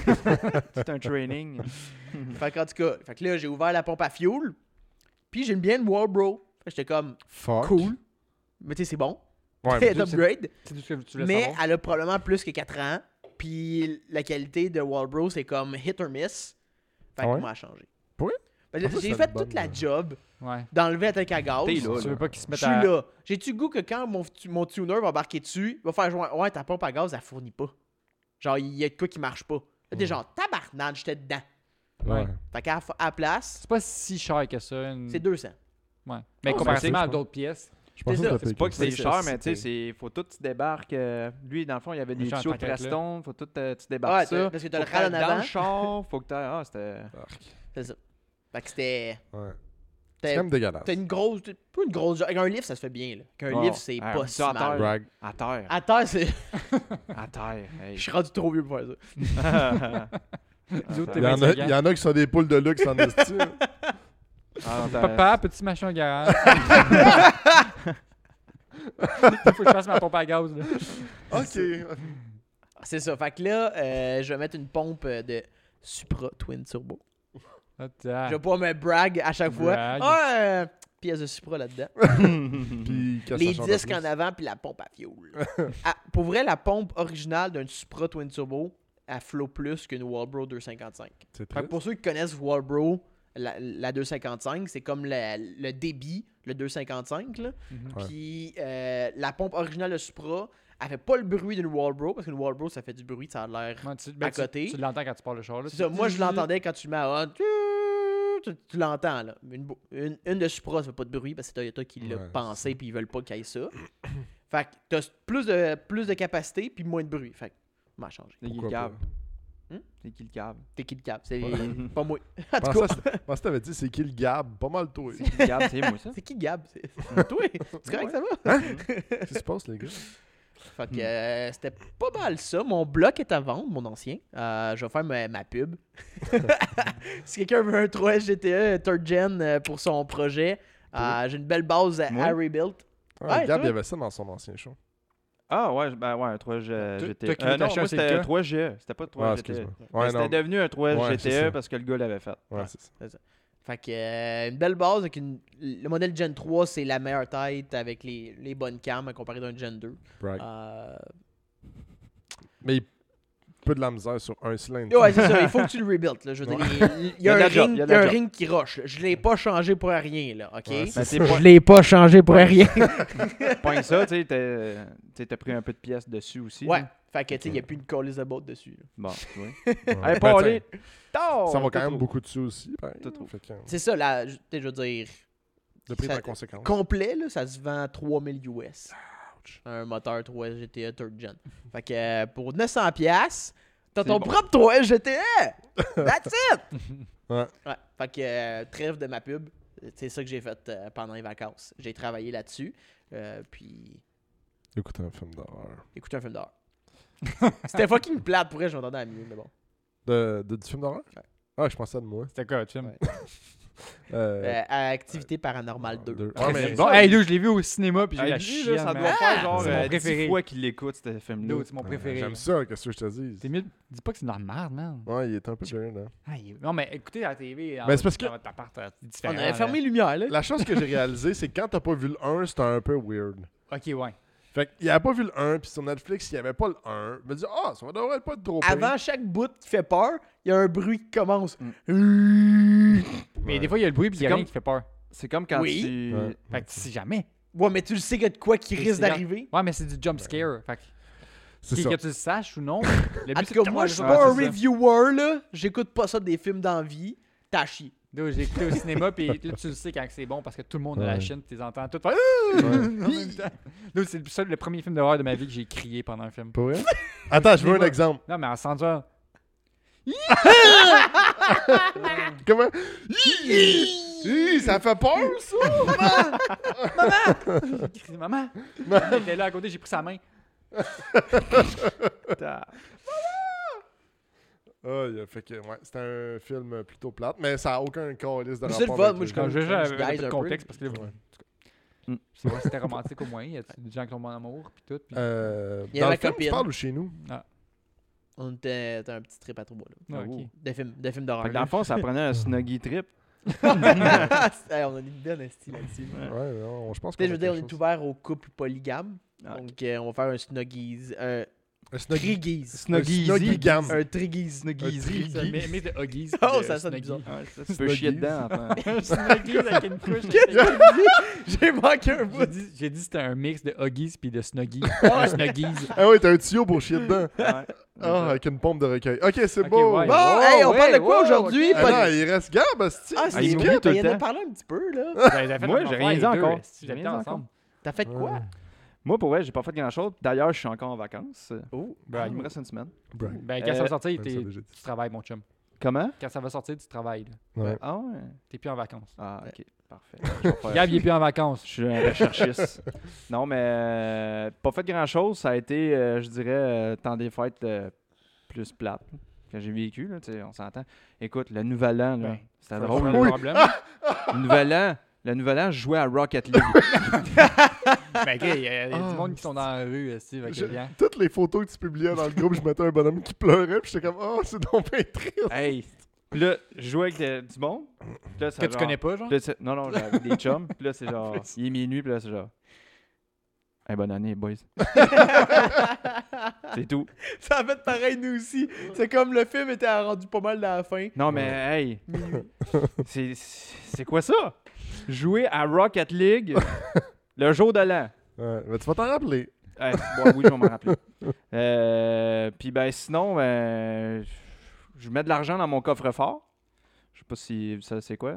C'est un training. Fait qu'en tout cas, fait que là, j'ai ouvert la pompe à fuel. Puis j'ai une bien Walbro. Fait que j'étais comme, Fuck. cool. Mais tu sais, c'est bon. Ouais, C'est mais upgrade. C'est tout ce que tu voulais Mais savoir. elle a probablement plus que 4 ans. Puis la qualité de Walbro, c'est comme hit or miss. Fait Ah qu'on ouais? m'a changé. Oui? Ben, Ah, ça, j'ai c'est fait une bonne, toute la là. job Ouais. d'enlever la tank à gaz. T'es là, Tu veux pas qu'ils se Je mettent suis à... là. J'ai-tu le goût que quand mon tuner va embarquer dessus, il va faire genre, ouais, ta pompe à gaz, elle fournit pas. Genre, il y a de quoi qui marche pas. Là, t'es genre, tabarnane, j'étais dedans. Ouais. Fait qu'à la place, C'est pas si cher que ça. c'est 200. Ouais. Mais Oh, comparativement c'est- à d'autres pièces. Je pense C'est que ça. t'as C'est pas que c'est payé. cher, mais tu sais, faut tout tu débarques. Lui, dans le fond, il y avait des Genre, tuyaux de tant qu'à être là. Preston, faut tout tu Ouais, débarques ça. parce que t'as Faut le que râle en t'ailles dans avant. le char, faut que t'ailles. Ah, c'était. C'est ça. Fait que c'était. Ouais. T'as C'est quand même dégueulasse. t'as une grosse. Pas une grosse. Avec un lift, ça se fait bien. Là. Avec un Wow. lift, c'est Ah, pas dis si ça à mal. terre. Brag. À terre. À terre, c'est. À terre. Hey. Je suis rendu trop vieux pour faire ça. Nous autres, t'es Il y, en a, 25 il y en a qui sont des poules de luxe en esti. Ah, non, t'as- Papa, petit machin au garage. Il faut que je fasse ma pompe à gaz. Là. Ok. C'est ça. Fait que là, je vais mettre une pompe de Supra Twin Turbo. Attends. Je vais pas me brag à chaque fois. Brag. Pièce de Supra là-dedans. Puis casse Les la chambre de disques plus. en avant, puis la pompe à fioul. Pour vrai, la pompe originale d'un Supra Twin Turbo, elle flot plus qu'une Walbro 255. C'est Fait que triste. pour ceux qui connaissent Walbro, la 255, c'est comme le débit, le 255. Là. Mhm. Ouais. Puis la pompe originale de Supra, elle fait pas le bruit d'une Walbro, parce qu'une Walbro, ça fait du bruit, ça a l'air Ouais, tu, à côté. Tu l'entends quand tu parles le char. Là. C'est ça. Moi, je l'entendais quand tu le mets à on. Tu l'entends, là. Une de Supra, ça fait pas de bruit parce que c'est Toyota qui l'a Ouais, pensé puis ils veulent pas qu'il y ait ça. Fait que t'as plus de capacité puis moins de bruit. Fait que, m'a changé. C'est qui le Pourquoi câble? pas? C'est qui le câble? T'es qui le cap? C'est Ouais. pas moi. En tout Pensais cas, que t'avais dit c'est qui le Gab? Pas mal toi. C'est qui le câble? C'est moi, ça? c'est qui Gab? C'est toi. Tu correct, ça va? Qu'est-ce qui se passe, les gars? Fait que c'était pas mal ça. Mon bloc est à vendre, mon ancien. Je vais faire ma pub. Si quelqu'un veut un 3S GTE 3rd Gen pour son projet, j'ai une belle base à Moi? rebuild. Ouais, Ouais, Gab, toi? il y avait ça dans son ancien show. Ah ouais, ben ouais, un 3G Toi, GTE. toi qui veux Non, t'acheter moi un c'était CLK. un 3G. C'était pas 3 Ouais, GTE. excuse-moi. Mais Ouais, c'était non. devenu un 3 Ouais, c'est ça. GTE parce que le gars l'avait fait. Ouais, c'est ça. Fait que une belle base avec le modèle Gen 3, c'est la meilleure tête avec les bonnes cams à comparer d'un Gen 2. Brag. Euh, Mais il peut de la misère sur un cylindre. Ouais, c'est ça, il faut que tu le rebuilds. Là. Je veux dire, il y a de la un job, ring, il y a il de y a la un job. ring qui roche. Je l'ai pas changé pour rien, là, OK? Ouais, Ben, c'est c'est Je l'ai pas changé pour rien. pas ça, tu sais, t'as pris un peu de pièces dessus aussi. Ouais, là. fait que tu sais, il n'y a plus une colisse de botte dessus. là. Bon, tu vois. Ouais. Allez, Ben, pas tiens, aller. ça va quand même beaucoup dessus aussi. Ben, Tout trop. fait que, C'est ça, là, je veux dire, le prix Ça- est en conséquence. complet, là, ça se vend 3000 US. Un moteur 3S GTE 3rd Gen. Fait que pour 900$, t'as C'est ton bon. propre 3S GTE! That's it! Ouais. Ouais, fait que trêve de ma pub. C'est ça que j'ai fait pendant les vacances. J'ai travaillé là-dessus. Puis Écoute un film d'horreur. écouter un film d'horreur. C'était fucking plate pour vrai, je m'entendais à mieux, mais bon. Du film d'horreur? Ouais. Ah, je pensais de moi. C'était quoi, Tim? Ouais. Euh, Activité paranormale 2. Ouais, mais Bon, hey, dude, je l'ai vu au cinéma puis j'ai Hey, la lui, chienne. là, ça man. doit faire genre C'est mon 10 préféré. fois qu'il l'écoute, ce film-là. Dude, c'est mon préféré. J'aime là. ça, qu'est-ce que je te dis? C'est mieux. Dis pas que c'est de la merde, man. Ouais, il est un peu weird, hein. Ah, non, mais écoutez à la TV. Ben, c'est parce que- dans votre appart, c'est différent. On avait là. fermé les lumières, là. La chose que j'ai réalisé, c'est que quand t'as pas vu le 1, c'était un peu weird. Ok, ouais. Fait qu'il avait pas vu le 1, puis sur Netflix, il y avait pas le 1. Il me dit, ah, ça devrait pas être trop pire. Avant chaque bout qui fait peur, il y a un bruit qui commence. Mais des fois, il y a le bruit puis il y a C'est rien comme- qui fait peur. C'est comme quand Oui. tu... Ouais. Fait que tu sais jamais. Ouais, mais tu le sais qu'il y a de quoi qui C'est risque ça. d'arriver. Ouais, mais c'est du jump scare. Fait que, C'est ça. que tu le saches ou non. Le En but, tout c'est cas, moi, je suis Ouais, pas un c'est ça. reviewer, là. J'écoute pas ça des films d'envie. T'as chier. Dude, j'ai écouté au cinéma, puis là, tu le sais quand c'est bon parce que tout le monde a la Ouais. chaîne, tu les entends tout faire. Ouais. En même temps. Dude, c'est le premier film d'horreur de ma vie que j'ai crié pendant un film. Pas vrai? Attends, je veux un Cinéma. exemple. Non, mais en s'endurant. Comment? Hi, ça fait peur, ça! J'ai crié, maman! Elle était là à côté, j'ai pris sa main. Ah, il a fait que, ouais, c'était un film plutôt plate, mais ça n'a aucun calice de Mais rapport. c'est le fun, avec moi, je le Quand comme- jeu. je je j'avais guise pas un de peu. contexte parce que là, Ouais. je sais pas si c'était romantique au moins. Il y a des gens qui tombent en amour, puis tout. Puis... Il y a Dans ma le film, tu copine. parles ou chez nous? On était un petit trip à trois, là. Ah, ok. Des films d'horreur. Fait que dans le fond, ça prenait un snuggy trip. Hey, on a une bonne style là-dessus. Ouais, non, je pense Tu sais, qu'on je veux a dire, on quelque est chose. ouvert aux couples polygames. Ah, Donc, on va faire un snuggies. Un Un snuggy. triggies. Snuggy Snuggygam. Un triggies. Snuggy. Ça, mais de Huggies. Oh, puis de ça sonne Snuggy. bizarre. Ouais, ça, tu peux chier dedans. enfin. Snuggies avec une couche. J'ai manqué un bout. J'ai dit que c'était un mix de Huggies puis de Snuggy. Ah, Un Snuggies. Ah ouais, t'as un tuyau pour chier dedans. Ouais. Ah, avec une pompe de recueil. Ok, c'est Ok, beau. ouais. Bon, Oh, hey, on parle de ouais, quoi ouais, aujourd'hui? ok. Ah non, il reste Gab, asti. Ah, Ah, c'est il que m'oublie tout le il en a temps. parlé un petit peu, là. Moi, j'ai rien dit encore. J'étais Rien dit ensemble. T'as fait quoi? Moi, pour vrai, j'ai pas fait grand-chose. D'ailleurs, je suis encore en vacances. Oh, Il me reste une semaine. Brag. Ben, quand ça va sortir, Ouais, ça, déjà dit. tu travailles, mon chum. Comment? Quand ça va sortir, tu travailles. là. Ouais. Ah ouais. T'es plus en vacances. Ah, ok. Parfait. Je vais faire Gab, ça. il est plus en vacances. Je suis un recherchiste. Non, mais pas fait grand-chose. Ça a été, je dirais, temps des fêtes plus plate que j'ai vécu. Là, tu sais, on s'entend. Écoute, le Nouvel An, là, Ben, c'était Pas drôle. de là. problème. Le Nouvel An, je jouais à Rocket League. Ben, ok, il y a du monde qui sont dans la rue, Steve, avec Je- le lien. Toutes les photos que tu publiais dans le groupe, je mettais un bonhomme qui pleurait, puis j'étais comme, oh, c'est donc bien triste. Hey, Puis là, je jouais avec du monde. Puis là, ça, Que tu genre- connais pas, genre? Puis là, non, j'ai avec des chums. Puis là, c'est genre, il est minuit, puis là, c'est genre, hey, bonne année, boys. C'est tout. Ça a fait pareil, nous aussi. C'est comme le film était rendu pas mal dans la fin. Non, mais hey, c'est quoi ça? Jouer à Rocket League le jour de l'an. Ouais, mais tu vas t'en rappeler. Oui, je vais m'en rappeler. Puis ben sinon, je mets de l'argent dans mon coffre-fort. Je sais pas si ça c'est quoi.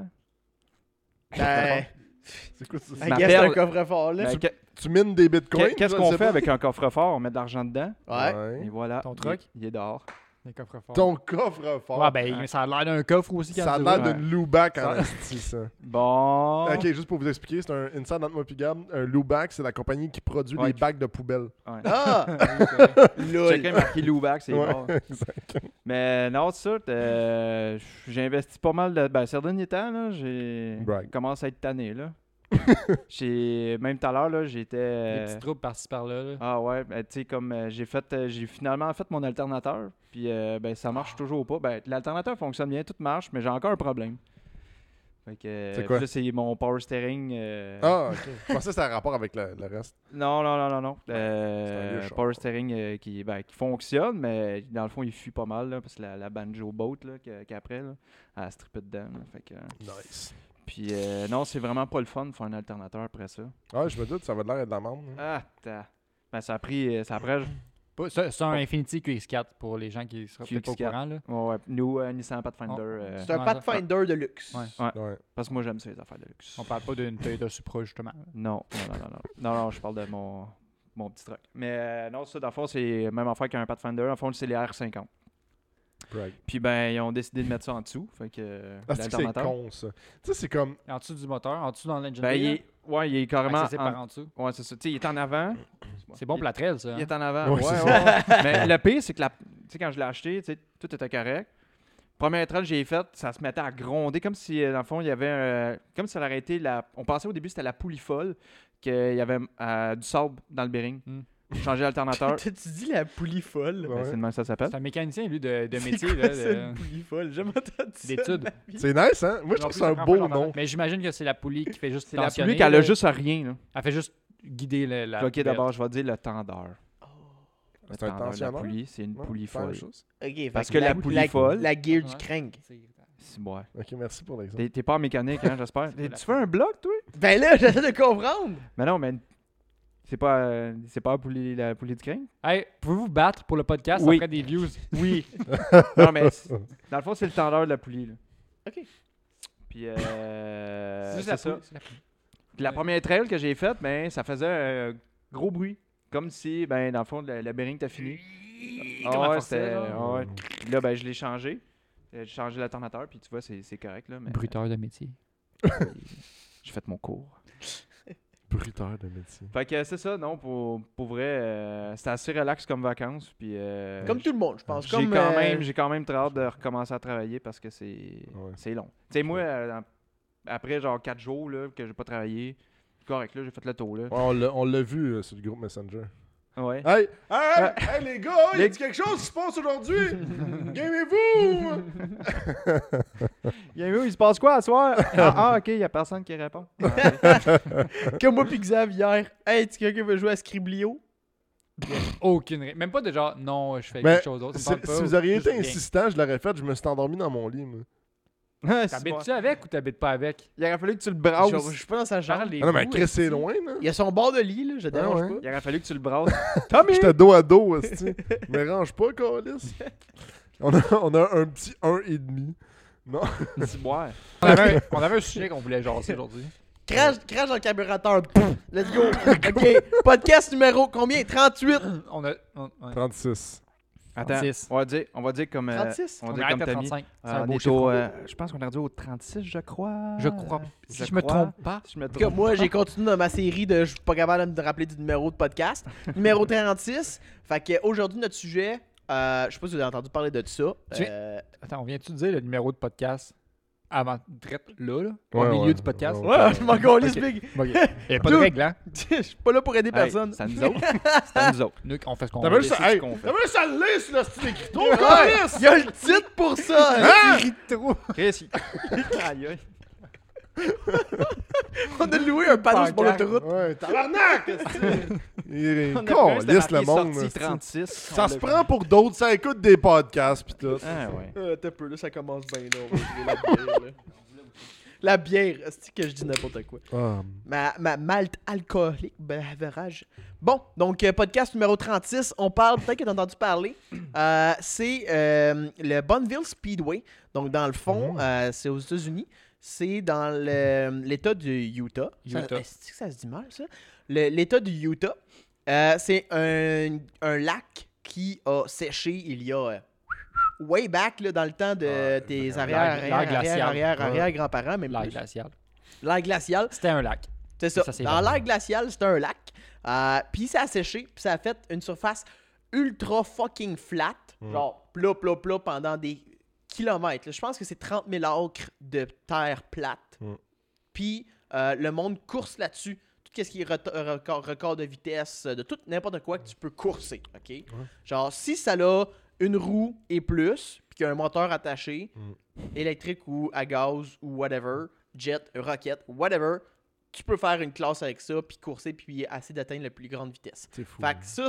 Ben, C'est quoi ça? I Ma guess c'est un perle- coffre-fort, là. Ben, Tu mines des bitcoins? qu'est-ce je qu'on sais fait pas. avec un coffre-fort? On met de l'argent dedans. Ouais. Et voilà. Ton il- truck? Il est dehors. Les coffres forts. Ton coffre-fort. Ouais, ben, ça a l'air d'un coffre aussi quand Ça a tu l'air vois. d'une loubac en esti, ça. Bon. Ok, juste pour vous expliquer, c'est un inside entre moi et Gab. Un loubac, c'est la compagnie qui produit Ouais. des bacs de poubelle. Ouais. Ah! Lol. Chacun marqué Loubac, c'est Ouais, bon. exact. Mais non, c'est ça. J'ai investi pas mal de. Ben, ces derniers temps, là, j'ai Brag. commencé à être tanné, là. Même tout à l'heure, là, Des j'étais. petits troubles par-ci par-là. Là. Ah ouais, ben, tu sais, comme j'ai finalement fait mon alternateur, puis ben, ça marche toujours pas. Ben, l'alternateur fonctionne bien, tout marche, mais j'ai encore un problème. Fait que, C'est quoi? puis là, c'est mon power steering. Ah, ok. Je pensais que c'était un rapport avec le reste. Non. C'est un vieux char. Power steering qui fonctionne, mais dans le fond, il fuit pas mal, là, parce que la banjo boat là, qu'après, là, elle a strippé dedans. Là, fait que, Nice. puis non, c'est vraiment pas le fun de faire un alternateur après ça. Ouais, je me doute, ça va de l'air de la merde. hein. Ben, ça a pris. C'est un Infinity QX4 pour les gens qui seraient peut-être pas au QX4. courant. Là. Ouais, nous, Nissan Pathfinder. C'est un Ouais, Pathfinder de luxe. Ouais. Ouais. Parce que moi, j'aime ces affaires de luxe. On parle pas d'une Toyota Supra, justement. Non, je parle de mon petit truck. Mais non, ça, dans le fond, c'est la même affaire qu'un Pathfinder. Dans le fond, c'est les R50. Brag. Puis, ben, ils ont décidé de mettre ça en dessous. Fait que Ah, c'est que c'est l'alternateur. con, ça. Tu sais, c'est comme. En dessous du moteur, en dessous dans l'engine. Ben, il est carrément. accessible par en dessous. Ouais, c'est ça. Tu sais, il est en avant. C'est bon pour la trail, ça. Il hein? est en avant. Ouais, Ouais, c'est ouais. Mais le pire, c'est que tu sais, quand je l'ai acheté, tu sais, tout était correct. Première trail que j'ai faite, ça se mettait à gronder comme si, dans le fond, il y avait comme si ça aurait été On pensait au début c'était la poulie folle, qu'il y avait du sable dans le bearing. Changer l'alternateur. T'as-tu dit la poulie folle? Ouais. Ben, c'est de même que ça s'appelle. C'est un mécanicien, lui, de C'est métier. quoi Là, ça, une poulie folle? J'ai jamais entendu ça. d'études. de ma vie. C'est nice, hein? Moi, je trouve que c'est un beau nom. Mais j'imagine que c'est la poulie qui fait juste C'est la tensionner, poulie qu'elle a là. juste à rien. Là. Elle fait juste guider la Ok, poubelle. d'abord, je vais dire le tendeur. Le C'est un tendeur de la tensionneur? poulie, c'est une Ouais, poulie c'est la même folle. chose. Ok, fait Parce que la poulie folle- La gear du Ouais. crank. C'est bon. Ok, merci pour l'exemple. T'es pas en mécanique, hein, j'espère. C'est Tu fais un bloc, toi? Ben là, j'essaie de comprendre. Mais non, mais c'est pas la poulie du crin? Hey, pouvez-vous battre pour le podcast Oui. après des views? Oui. Non, mais dans le fond, c'est le tendeur de la poulie. Là. Ok. Puis, C'est juste c'est la ça. poulie, c'est la poulie. Puis la première trail que j'ai faite, ben, ça faisait un gros bruit. Comme si, ben, dans le fond, le bearing était fini. Comme à ouais, forcer, c'était. genre. Ouais. Puis là, ben, je l'ai changé. J'ai changé l'alternateur, puis tu vois, c'est correct. Là, mais Bruteur de métier. j'ai fait mon cours. Bruteur de métier. Fait que c'est ça, non, pour vrai, c'était assez relax comme vacances. Puis, Comme tout le monde, je pense. j'ai Comme, quand même très hâte de recommencer à travailler parce que c'est long. Tu sais, moi, après genre 4 jours là, que j'ai pas travaillé, correct, là, j'ai fait le tour. Là. Ouais, on l'a vu sur le groupe Messenger. Ouais. Hey! Hey, les gars! Il y a quelque chose qui se passe aujourd'hui? Gamez-vous! Il se passe quoi à soir? Ok, il y a personne qui répond. Comme moi pis Xav hier. Hey, tu quelqu'un qui veut jouer à Scriblio? Aucune. Même pas de genre, non, je fais Mais quelque chose d'autre. ça me si parle pas, vous auriez juste été rien. insistant, je l'aurais fait, je me suis endormi dans mon lit, moi. T'habites-tu avec ou t'habites pas avec? Il aurait fallu que tu le brasses. Je suis pas dans sa chambre. Parle des Ah non, mais bouts, Chris, c'est esti. loin, là. Il y a son bord de lit, là, je dérange ouais. pas. Il aurait fallu que tu le brasses. Tommy! J'étais dos à dos, esti. Me range pas, Calis. On a un petit 1,5. Non. C'est boire. On avait un sujet qu'on voulait jaser aujourd'hui. Crash dans le carburateur. Pff, let's go. OK. Podcast numéro combien? 38. Ouais. 36. Attends, 36. on va dire comme... 36? on va On dire arrête comme à Tommy. 35. C'est On un beau est chiffre. au, je pense qu'on est rendu au 36, je crois. Je crois. Si je me crois. trompe pas. Si je me En tout trompe. cas, moi, j'ai continué dans ma série de je suis pas capable de me rappeler du numéro de podcast. Numéro 36. Fait que aujourd'hui, notre sujet, je sais pas si vous avez entendu parler de ça. Tu- Attends, on vient-tu de dire le numéro de podcast? avant drette là, au Ouais, milieu ouais. du podcast. Ouais, je m'en calisse, Ok. big. Ok. Il n'y a pas de Dude. règle, hein? Je suis pas là pour aider Hey, personne. c'est à nous autres. C'est à nous autres. Nous, on fait ce qu'on T'as veut. vu ça? c'est ce Hey, qu'on fait. t'as vu ça le sur le style écriteau, Ouais, câlisse? il y a le titre pour ça. Hein? Chris, aïe, aïe. On a loué un panneau pour Pancarte. l'autoroute. Ouais, tabarnak! Il est On a pris un, c'était calisse, le marqué monde. sortie esti. 36. Ça se prend pour d'autres, ça écoute des podcasts pis tout. Ah ouais. T'as peu, là, ça commence bien, là. On va ouvrir la bière, là. La bière, c'est que je dis n'importe quoi. Ah. Ma malte alcoolique, beverage. Bon, donc podcast numéro 36, on parle, peut-être que t'as entendu parler, c'est le Bonneville Speedway. Donc dans le fond, c'est aux États-Unis, c'est dans l'État du Utah. Utah. Est-ce que ça se dit mal, ça? L'État du Utah, c'est un lac qui a séché il y a... way back là, dans le temps de tes l'ère glaciale. arrière-grands-parents, même L'air plus. glacial. L'ère glaciale, C'était un lac. c'est ça. Ça, c'est Dans vrai. l'air glacial, c'était un lac. Puis ça a séché, puis ça a fait une surface ultra fucking flat. Genre plat pendant des kilomètres. Là. Je pense que c'est 30 000 acres de terre plate. Puis le monde course là-dessus. Tout ce qui est record de vitesse, de tout n'importe quoi que tu peux courser. OK? Genre, si ça a une roue et plus, puis qu'il y a un moteur attaché, électrique ou à gaz ou whatever, jet, rocket, whatever, tu peux faire une classe avec ça, puis courser, puis essayer d'atteindre la plus grande vitesse. C'est fou. Fait que ça,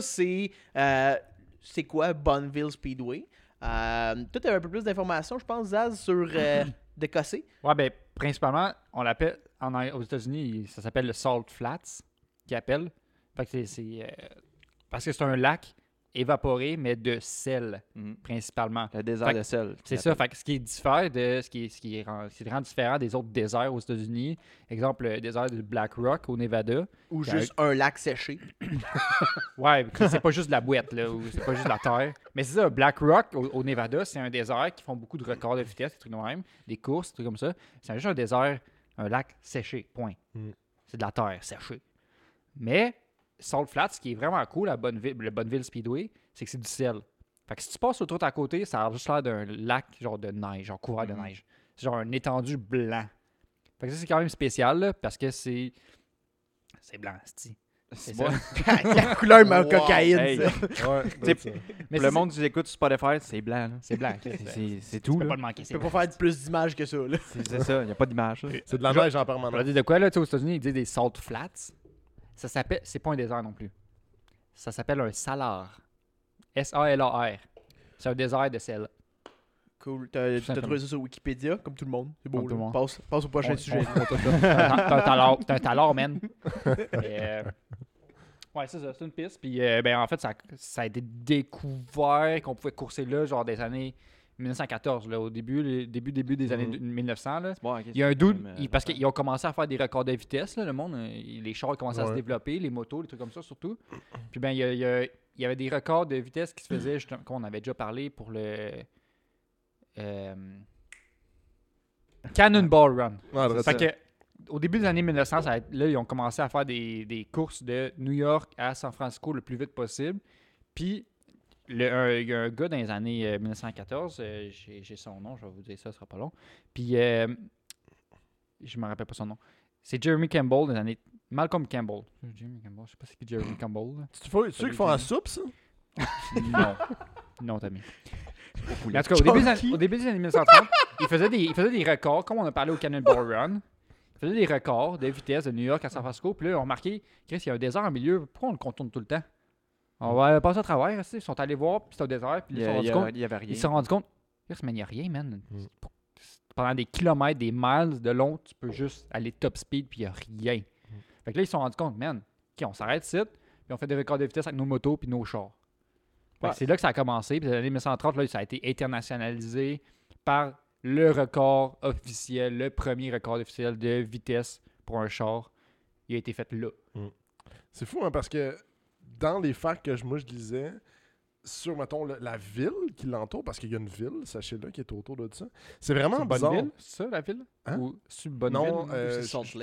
c'est quoi Bonneville Speedway? Toi, tu as un peu plus d'informations, je pense, Zaz, sur de Cossé. Ouais, ben, principalement, on l'appelle, aux États-Unis, ça s'appelle le Salt Flats, qu'ils appellent. Fait que parce que c'est un lac évaporé, mais de sel, principalement. Le désert Fait de sel. C'est ça. Fait que ce qui diffère ce qui rend différent des autres déserts aux États-Unis, exemple, le désert du Black Rock au Nevada. Ou Correct. juste un lac séché. Ouais, c'est pas juste de la boîte, là, ou c'est pas juste de la terre. Mais c'est ça, Black Rock au Nevada, c'est un désert qui font beaucoup de records de vitesse, des trucs de même, des courses, des trucs comme ça. C'est juste un désert, un lac séché, point. C'est de la terre séchée. Mais Salt Flats, ce qui est vraiment cool à le Bonneville Speedway, c'est que c'est du sel. Fait que si tu passes autour à côté, ça a juste l'air d'un lac genre de neige, genre couvert de neige. C'est genre un étendu blanc. Fait que ça, c'est quand même spécial, là, parce que c'est blanc, c'est ça. La couleur ma Wow. cocaïne, Hey. ça. Ouais, T'sais, c'est ça. Mais Pour le monde qui nous écoute sur Spotify, c'est blanc. là. c'est blanc. C'est Tu tout. peux là. pas le manquer. Tu peux pas faire plus d'images que ça, là. C'est ça, il n'y a pas d'image. là. C'est de la neige en On va permanence. dire de quoi, là, tu sais, aux États-Unis, ils disent des Salt Flats. Ça s'appelle, c'est pas un désert non plus. Ça s'appelle un salar. S-A-L-A-R. C'est un désert de sel. Cool. T'as simplement. trouvé ça sur Wikipédia, comme tout le monde. C'est beau, Comme tout là. le monde. Passe au prochain sujet. T'as un talar, man. Ouais, c'est ça, c'est une piste. Puis, ben, en fait, ça a été découvert qu'on pouvait courser là, genre des années 1914, là, au début des années 1900. Là. Bon, ok, Il y a un c'est doute, quand même, parce qu'ils ont commencé à faire des records de vitesse, là, le monde. Les chars ont commencé à se Ouais. développer, les motos, les trucs comme ça, surtout. Puis, ben, il y avait des records de vitesse qui se faisaient, justement, qu'on avait déjà parlé pour le Cannonball Run. Ouais, C'est ça. Fait que, au début des années 1900, là, ils ont commencé à faire des courses de New York à San Francisco le plus vite possible. Puis, il y a un gars dans les années 1914, j'ai son nom, je vais vous dire ça, ce sera pas long. Puis, je me rappelle pas son nom. C'est Jeremy Campbell des années... Malcolm Campbell. Jeremy Campbell, je sais pas c'est qui Jeremy Campbell. là. C'est ceux qui font la soupe, ça? Non. Non, Tommy. Mais en tout cas, au début des années 1930, il faisait des records, comme on a parlé au Cannonball Run. Il faisait des records de vitesse de New York à San Francisco. Puis là, ils ont remarqué, Chris, il y a un désert au milieu. Pourquoi on le contourne tout le temps? On va passer à travers. Ils sont allés voir, puis c'est un désert. Puis Il ils se sont rendus compte. n'y avait rien. Ils se sont rendus compte, Chris, man, il n'y a rien, man. Pendant des kilomètres, des miles de long, tu peux juste aller top speed, puis il n'y a rien. Fait que là, ils se sont rendus compte, man, OK, on s'arrête ici, puis on fait des records de vitesse avec nos motos puis nos chars. Fait que Ouais. c'est là que ça a commencé. Puis dans les années 1930, là, ça a été internationalisé par le record officiel, le premier record officiel de vitesse pour un char. Il a été fait là. C'est fou, hein, parce que dans les facts que moi je lisais, sur, mettons, la ville qui l'entoure, parce qu'il y a une ville, sachez-le, qui est autour de ça, c'est vraiment C'est bizarre. Bonneville, c'est ça la ville? Hein? Ou sub Bonneville? Non, C'est Salt Lake.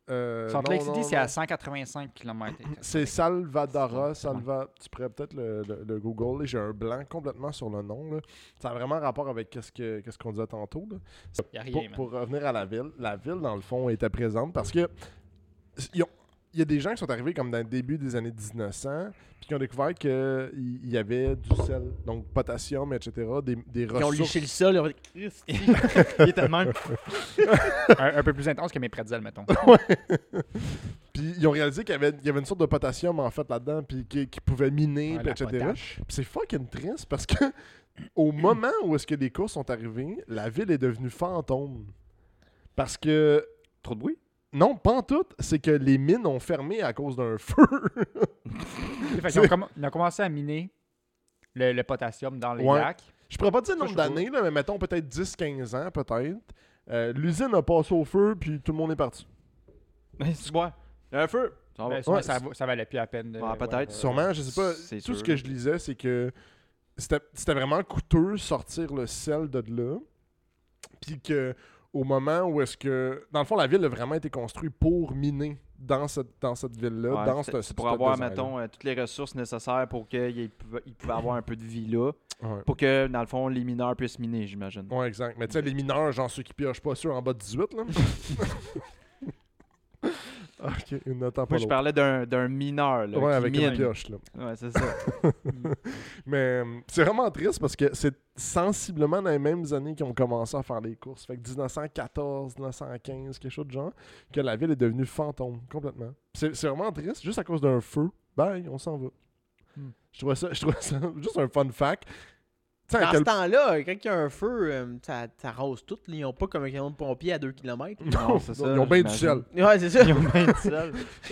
Salt Lake City, non, c'est non. à 185 km. C'est Salvadora. Tu pourrais peut-être le Google. J'ai un blanc complètement sur le nom. Là. Ça a vraiment rapport avec qu'est-ce qu'on disait tantôt. Là. Il n'y a rien, man. Pour revenir à la ville, dans le fond, était présente parce que il y a des gens qui sont arrivés comme dans le début des années 1900 puis qui ont découvert qu'il y avait du sel, donc potassium, etc., des Ils ont ressources. liché le sol. Ils ont dit, Christ. Il était de même. un peu plus intense que mes pretzels, mettons. Puis ils ont réalisé qu'il y avait une sorte de potassium en fait là-dedans, puis qui pouvait miner, Ouais, puis la etc. potache. Puis c'est fucking triste parce que au moment où est-ce que les courses sont arrivées, la ville est devenue fantôme. Parce que Trop de bruit? non, pas en tout, c'est que les mines ont fermé à cause d'un feu. Fait qu'ils ils ont commencé à miner le potassium dans les Ouais. lacs. Je pourrais pas dire le Ça, nombre je trouve. d'années, là, mais mettons peut-être 10-15 ans, peut-être. L'usine a passé au feu, puis tout le monde est parti. Mais tu vois, il y a un feu. Ça va. Ben, Ouais, ça valait plus la peine. Ouais, peut-être. Sûrement, je sais pas. C'est Tout sûr, ce que là. je lisais, c'est que c'était vraiment coûteux sortir le sel de là. Puis que au moment où est-ce que. Dans le fond, la ville a vraiment été construite pour miner dans cette ville-là, Ouais, dans c'est ce pour avoir, mettons, toutes les ressources nécessaires pour qu'il pouvait avoir un peu de vie là. Ouais. Pour que, dans le fond, les mineurs puissent miner, j'imagine. Ouais, exact. Mais tu sais, les mineurs, genre ceux qui piochent pas sûr en bas de 18, là. Ok, une note en pas Moi, je l'autre. parlais d'un mineur, là, Ouais, qui avec mine. une pioche, là. Ouais, c'est ça. Mais c'est vraiment triste parce que c'est sensiblement dans les mêmes années qu'ils ont commencé à faire les courses. Fait que 1914, 1915, quelque chose de genre, que la ville est devenue fantôme complètement. C'est vraiment triste, juste à cause d'un feu. Bye, on s'en va. Hmm. Je trouvais ça juste un fun fact. Tu sais, à Dans quel- ce temps-là, quand il y a un feu, ça rose tout. Là. Ils n'ont pas comme un camion de pompier à 2 km. Non, c'est ça. Ils ont bien du sel. j'imagine. Ouais, c'est ça. Ils ont bien du sel.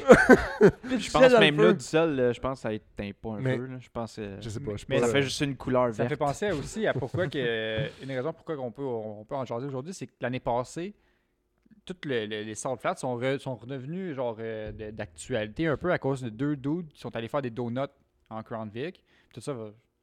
Je pense même là, du sel, je pense que ça éteint pas un Mais- feu. Là. Je pense que Je sais pas, je Mais ça pas, fait juste une couleur Ça verte. fait penser aussi à pourquoi que. Une raison pourquoi on peut en jaser aujourd'hui, c'est que l'année passée, toutes les salt flats sont redevenus genre d'actualité un peu à cause de deux dudes qui sont allés faire des donuts en Crown Vic. Tout ça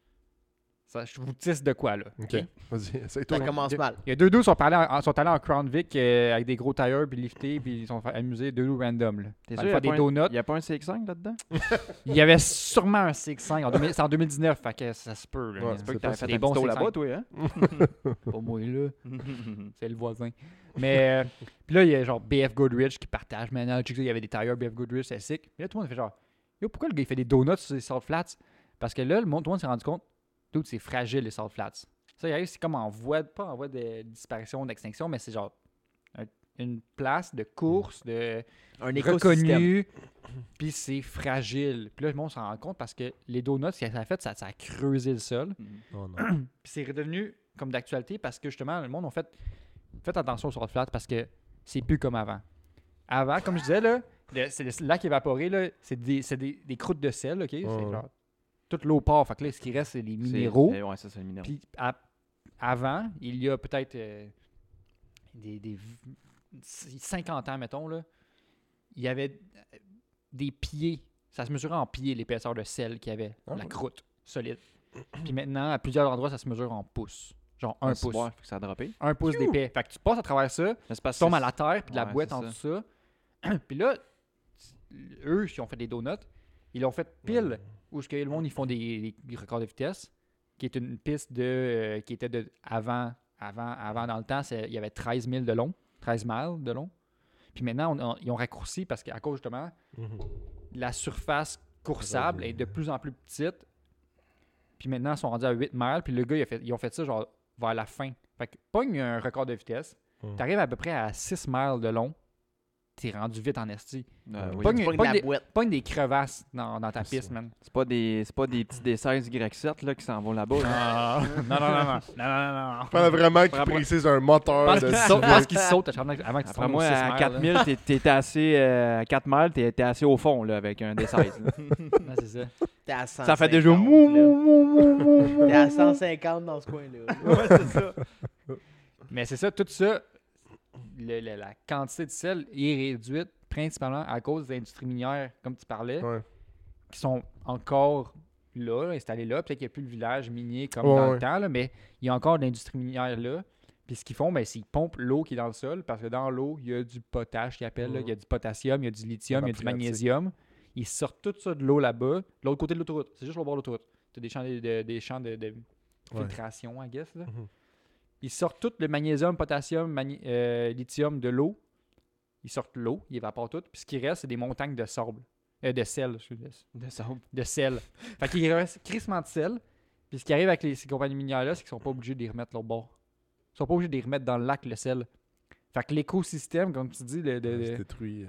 je vous tisse de quoi là. Ok, ok? vas-y, essaye-toi. Ça commence mal. Il y a deux dudes qui sont allés en Crown Vic avec des gros tires puis liftés puis ils sont fait amuser deux dudes random là. T'es Ils sûr, allaient faire des donuts. il n'y a pas un CX5 là-dedans? Il y avait sûrement un CX5 c'est en 2019, fait que ça se peut. Là. Ouais, Mais C'est pas que c'est t'avais pas fait des un bons petit tour CX5. là-bas, toi, hein? Pas moi là. C'est le voisin. Mais puis là, il y a genre BF Goodrich qui partage maintenant. Il y avait des tires BF Goodrich, c'est sick. Mais là, tout le monde fait genre, yo, pourquoi le gars il fait des donuts sur les salt flats? Parce que là, tout le monde s'est rendu compte, dude, c'est fragile les salt flats. Ça, il arrive, c'est comme pas en voie de disparition, d'extinction, mais c'est genre une place de course, Un écosystème. reconnue, puis c'est fragile. Puis là, le monde s'en rend compte parce que les donuts, ce que ça a fait, ça a creusé le sol. Oh non. Puis c'est redevenu comme d'actualité parce que justement, le monde, faites attention aux salt flats parce que c'est plus comme avant. Avant, comme je disais, là, c'est le lac évaporé, là, c'est des croûtes de sel, OK? C'est Ouais. genre, toute l'eau part. Fait que là, ce qui reste, c'est les minéraux. Ouais, ça, c'est le minéraux. Puis avant, il y a peut-être des 50 ans, mettons, là, il y avait des pieds. Ça se mesurait en pieds, l'épaisseur de sel qu'il y avait, Ah la ouais. croûte solide. Puis maintenant, à plusieurs endroits, ça se mesure en pouces. Genre un pouce. Ouais, fait que ça a droppé. Un pouce d'épais. Fait que tu passes à travers ça, Mais c'est parce tu que tombes à la terre, puis de la Ouais, boîte c'est en dessous ça. Puis là, eux qui ont fait des donuts, ils l'ont fait pile où ce que le monde, ils font des records de vitesse, qui est une piste qui était de avant dans le temps, il y avait 13 000 de long, 13 miles de long. Puis maintenant, ils ont raccourci parce qu'à cause justement, Mhm. la surface coursable est de plus en plus petite. Puis maintenant, ils sont rendus à 8 miles. Puis le gars, ils ont fait ça genre vers la fin. Fait que pogne un record de vitesse. Mm. T'arrives à peu près à 6 miles de long. T'es rendu vite en esti. Oui. Pogne- Pogne de pogne la des- boîte. Pogne des crevasses dans ta C'est piste, ça. man. C'est pas des petits D16 Y7 là, qui s'en vont là-bas. là. Non. Fallait vraiment qu'il Après- précise un moteur Pense de qu'il saute avant que tu Après tombes moi, aux 6 à miles, 4000, t'étais assez. À 4 miles, t'étais assez au fond là, avec un D16. là. là. Ouais, c'est ça. T'es à 150. Ça fait déjà là. mou. T'es à 150 dans ce coin-là. Ouais, c'est ça. Mais c'est ça, tout ça, la quantité de sel est réduite principalement à cause des industries minières, comme tu parlais, Ouais. qui sont encore là, installées là. Peut-être qu'il n'y a plus le village minier comme Ouais, dans ouais. le temps, là, mais il y a encore de l'industrie minière là. Puis ce qu'ils font, c'est qu'ils pompent l'eau qui est dans le sol, parce que dans l'eau, il y a du potache qu'ils appellent, là, il y a du potassium, il y a du lithium, il y a du magnésium. Ils sortent tout ça de l'eau là-bas, de l'autre côté de l'autoroute. C'est juste au bord de l'autoroute. Tu as des champs de filtration, I guess. Là. Ils sortent tout le magnésium, potassium, lithium de l'eau. Ils sortent l'eau, ils évaporent tout. Puis ce qui reste, c'est des montagnes de sable. De sel, De sable. De sel. Fait qu'il reste crissement de sel. Puis ce qui arrive avec ces compagnies minières-là, c'est qu'ils sont pas obligés de les remettre l'autre bord. Ils sont pas obligés de les remettre dans le lac, le sel. Fait que l'écosystème, comme tu dis, c'est détruit.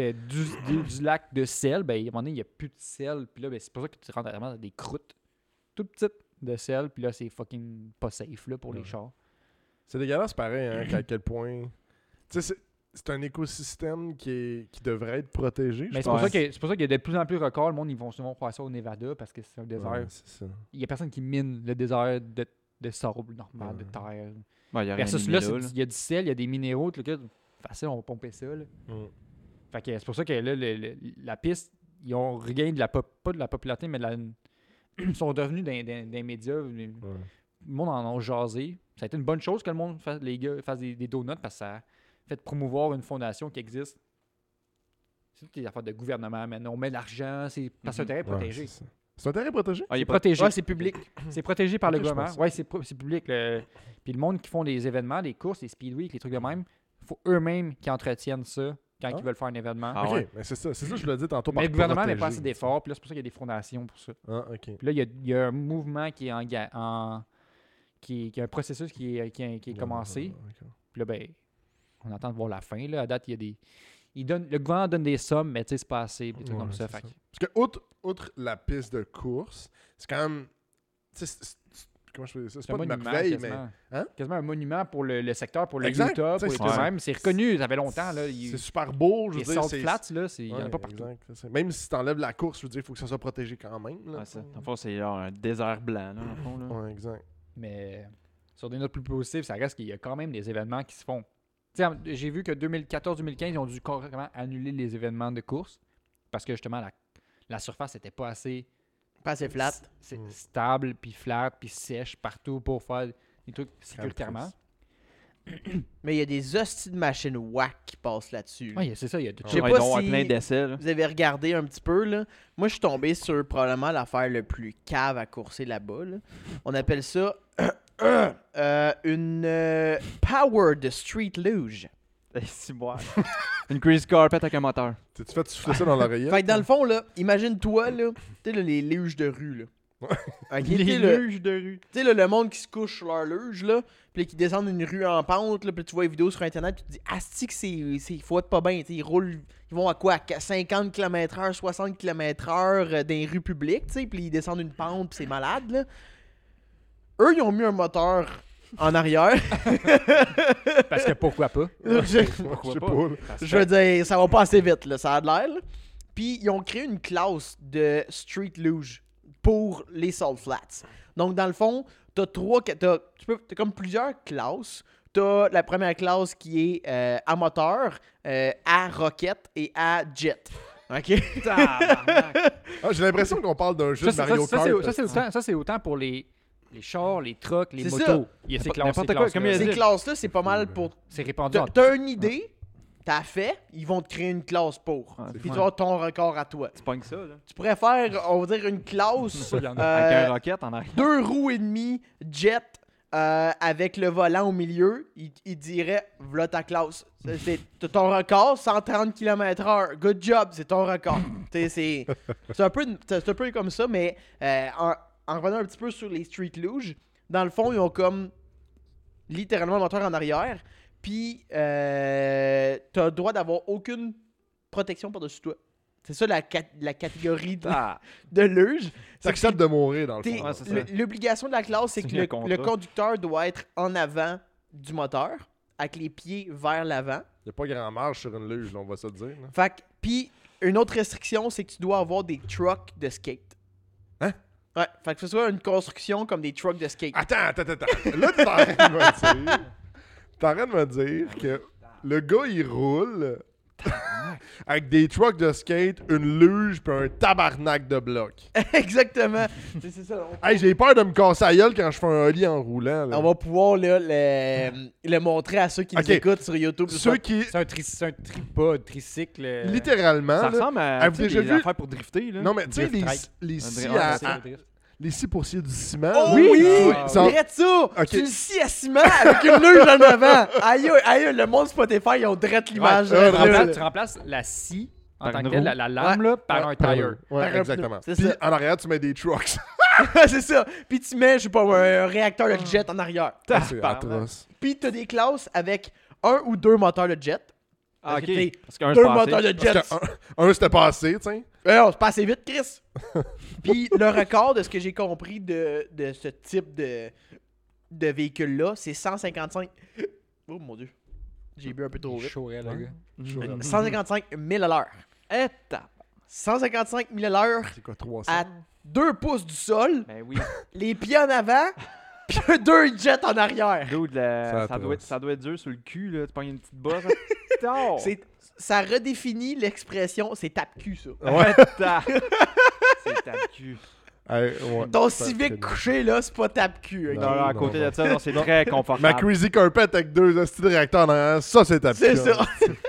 du lac de sel, à un moment donné, il n'y a plus de sel. Puis là, c'est pour ça que tu rentres vraiment dans des croûtes toutes petites de sel. Puis là, c'est fucking pas safe là, pour les chars. C'est dégueulasse pareil, hein, à quel point... Tu sais, c'est un écosystème qui devrait être protégé. Mais c'est pour ça qu'il y a de plus en plus de records. Le monde, ils vont souvent faire ça au Nevada parce que c'est un désert. Ouais, c'est ça. Il n'y a personne qui mine le désert de sable normal, de terre. Ouais, il y a rien Versus de là, mis là. il y a du sel, il y a des minéraux. Tout le cas, facile, on va pomper ça. Là. Fait que c'est pour ça que là, la piste, ils ont regagné pas de la popularité, mais ils sont devenus des médias. Le monde en a jasé. Ça a été une bonne chose que le monde les gars fassent des donuts parce que ça a fait promouvoir une fondation qui existe. C'est toutes des affaires de gouvernement, mais on met de l'argent, c'est parce que c'est un terrain protégé. C'est un terrain protégé? C'est protégé. Ouais, c'est public. C'est protégé par le je gouvernement. pense. Oui, c'est public. Puis le monde qui font des événements, des courses, des speedweeks, les trucs de même, il faut eux-mêmes qui entretiennent ça quand ils veulent faire un événement. Ah OK, ouais. mais c'est ça que je le dis tantôt. Mais le par gouvernement met protéger. pas assez d'efforts, puis là, c'est pour ça qu'il y a des fondations pour ça. Ah, OK. Puis là, il y a un mouvement qui est qui a un processus qui est commencé. Puis là, on attend de voir la fin. Là. À date, il y a des... le gouvernement donne des sommes, mais tu sais, c'est pas assez. Des trucs comme ça. Parce que, outre la piste de course, c'est quand même. Comment je peux dire ça? C'est un pas une monument, merveille, quasiment. mais. Hein? Quasiment un monument pour le secteur, pour le Exact. Utah, pour les C'est trucs ça. même. C'est reconnu, ça fait longtemps. Là. C'est super beau, je Les veux dire. salt flats, là, il n'y en a pas partout. Exact, c'est ça. Même si tu enlèves la course, je veux dire, il faut que ça soit protégé quand même. Là. Ouais, ça. Dans le fond, c'est genre un désert blanc, là, dans le fond. Là. Ouais, exact. Mais sur des notes plus positives, ça reste qu'il y a quand même des événements qui se font. T'sais, j'ai vu que 2014-2015, ils ont dû carrément annuler les événements de course parce que justement, la surface n'était pas assez Pas assez flat. stable, puis flat, puis sèche partout pour faire des trucs sécuritairement. Mais il y a des hosties de machines whack qui passent là-dessus. Oui, c'est ça, il y a tout Je sais Ouais, pas ils doivent avoir si- plein d'essais. Là. Vous avez regardé un petit peu, là. Moi, je suis tombé sur probablement l'affaire le plus cave à courser là-bas, là. On appelle ça une power de street luge. C'est bon. Une grease carpet avec un moteur. T'as-tu fait souffler ça dans l'oreillette? Fait que dans le fond, là, imagine-toi, là, tu sais, là, les luges de rue, là. Ok, tu sais, Les là, luges de rue. tu sais, là, le monde qui se couche sur leur luge, là, puis qui descendent une rue en pente, là, puis tu vois les vidéos sur Internet, puis tu te dis, asti que c'est faut être pas bien, tu sais, ils roulent, ils vont à quoi, à 50 km/h, 60 km/h dans les rues publiques, tu sais, puis ils descendent une pente, puis c'est malade, là. Eux, ils ont mis un moteur en arrière. Parce que pourquoi pas? Je sais pas. là. Je veux dire, ça va pas assez vite, là, ça a de l'air, là. Puis ils ont créé une classe de street luge pour les salt flats. Donc, dans le fond, t'as comme plusieurs classes. T'as la première classe qui est à moteur, à roquette et à jet. OK? J'ai l'impression qu'on parle d'un jeu de Mario Kart. Ça, c'est autant pour les chars, les trucks, les C'est motos. ça. Il y a ces N'importe classes. quoi, comme il a dit. Ces classes-là, c'est pas mal pour... C'est répandu en T'as une idée, t'as fait, ils vont te créer une classe pour. Ouais, Puis c'est tu vas avoir ton record à toi. Tu pognes ça, là. Tu pourrais faire, on va dire, une classe... Il y en a. Avec un rocket en arrière. 2 roues et demi, jet, avec le volant au milieu, il dirait, voilà ta classe. T'as ton record, 130 km/h. Good job, c'est ton record. C'est un peu comme ça, mais en revenant un petit peu sur les street luges, dans le fond, ils ont comme littéralement le moteur en arrière, puis t'as le droit d'avoir aucune protection par-dessus toi. C'est ça la catégorie de luge. T'acceptes de mourir, dans le T'es- fond. Ouais, c'est ça. L'obligation de la classe, c'est Tu que viens le contrat. conducteur doit être en avant du moteur, avec les pieds vers l'avant. Il n'y a pas grand marge sur une luge, là, on va se le dire. là. Fait que, puis, une autre restriction, c'est que tu dois avoir des trucks de skate. Hein? Ouais, fait que ce soit une construction comme des trucks de skate. Attends. Là, t'es en train de me dire que le gars, il roule avec des trucks de skate, une luge puis un tabarnak de blocs. Exactement. C'est ça. Hey, j'ai peur de me casser la gueule quand je fais un ollie en roulant. Là. On va pouvoir là, le montrer à ceux qui Ok. nous écoutent sur YouTube. Ceux qui, C'est un tripod, tricycle. littéralement, Ça là, ressemble à avez-vous tu sais, déjà des vu- affaires pour drifter. Là. non mais tu sais, Drift les, trike. les scies drift, à- c'est à- les scies pour scier du ciment. Oh là. oui! Ça- Drette ça! Ok. Tu le scies à ciment avec une luge en avant! Aïe, aïe, le monde Spotify, ils ont drette l'image. Ouais, drette là. Tu remplaces la scie en Par tant une que telle, roue. la lame, là, par un tire. Ouais, Par un exactement. pneu, c'est Puis ça. en arrière, tu mets des trucks. C'est ça. Puis tu mets, je sais pas, un réacteur de jet en arrière. Ah, c'est Tabarnak. atroce. Puis t'as des classes avec un ou deux moteurs de jet. Ah, ok. T'sais, Parce qu'un deux je passais. moteurs de jet. Parce que un c'était pas assez, tu sais. Non, c'est pas assez vite, Chris. Puis le record de ce que j'ai compris de ce type de véhicule-là, c'est 155... Oh mon Dieu. J'ai bu un peu trop vite. Chaud, le Ouais. gars. 155 000 à l'heure. Étape. 155 000 à l'heure C'est quoi, 300? à 2 pouces du sol, Ben oui. les pieds en avant, puis 2 jets en arrière. Dude, Ça ça doit être dur sur le cul. Là. Tu pognes une petite bosse. Oh! Ça redéfinit l'expression, c'est tape-cul, ça. Ouais. C'est ta cul. Ouais, ouais. Ton Ça, Civic c'est- couché, là, c'est pas tape-cul. ok? Non, Non, non, à non, côté non. de ça, non, c'est très Ma confortable. Crazy Carpet avec 2 hosties de réacteurs en arrière, ça c'est ta C'est pute. ça.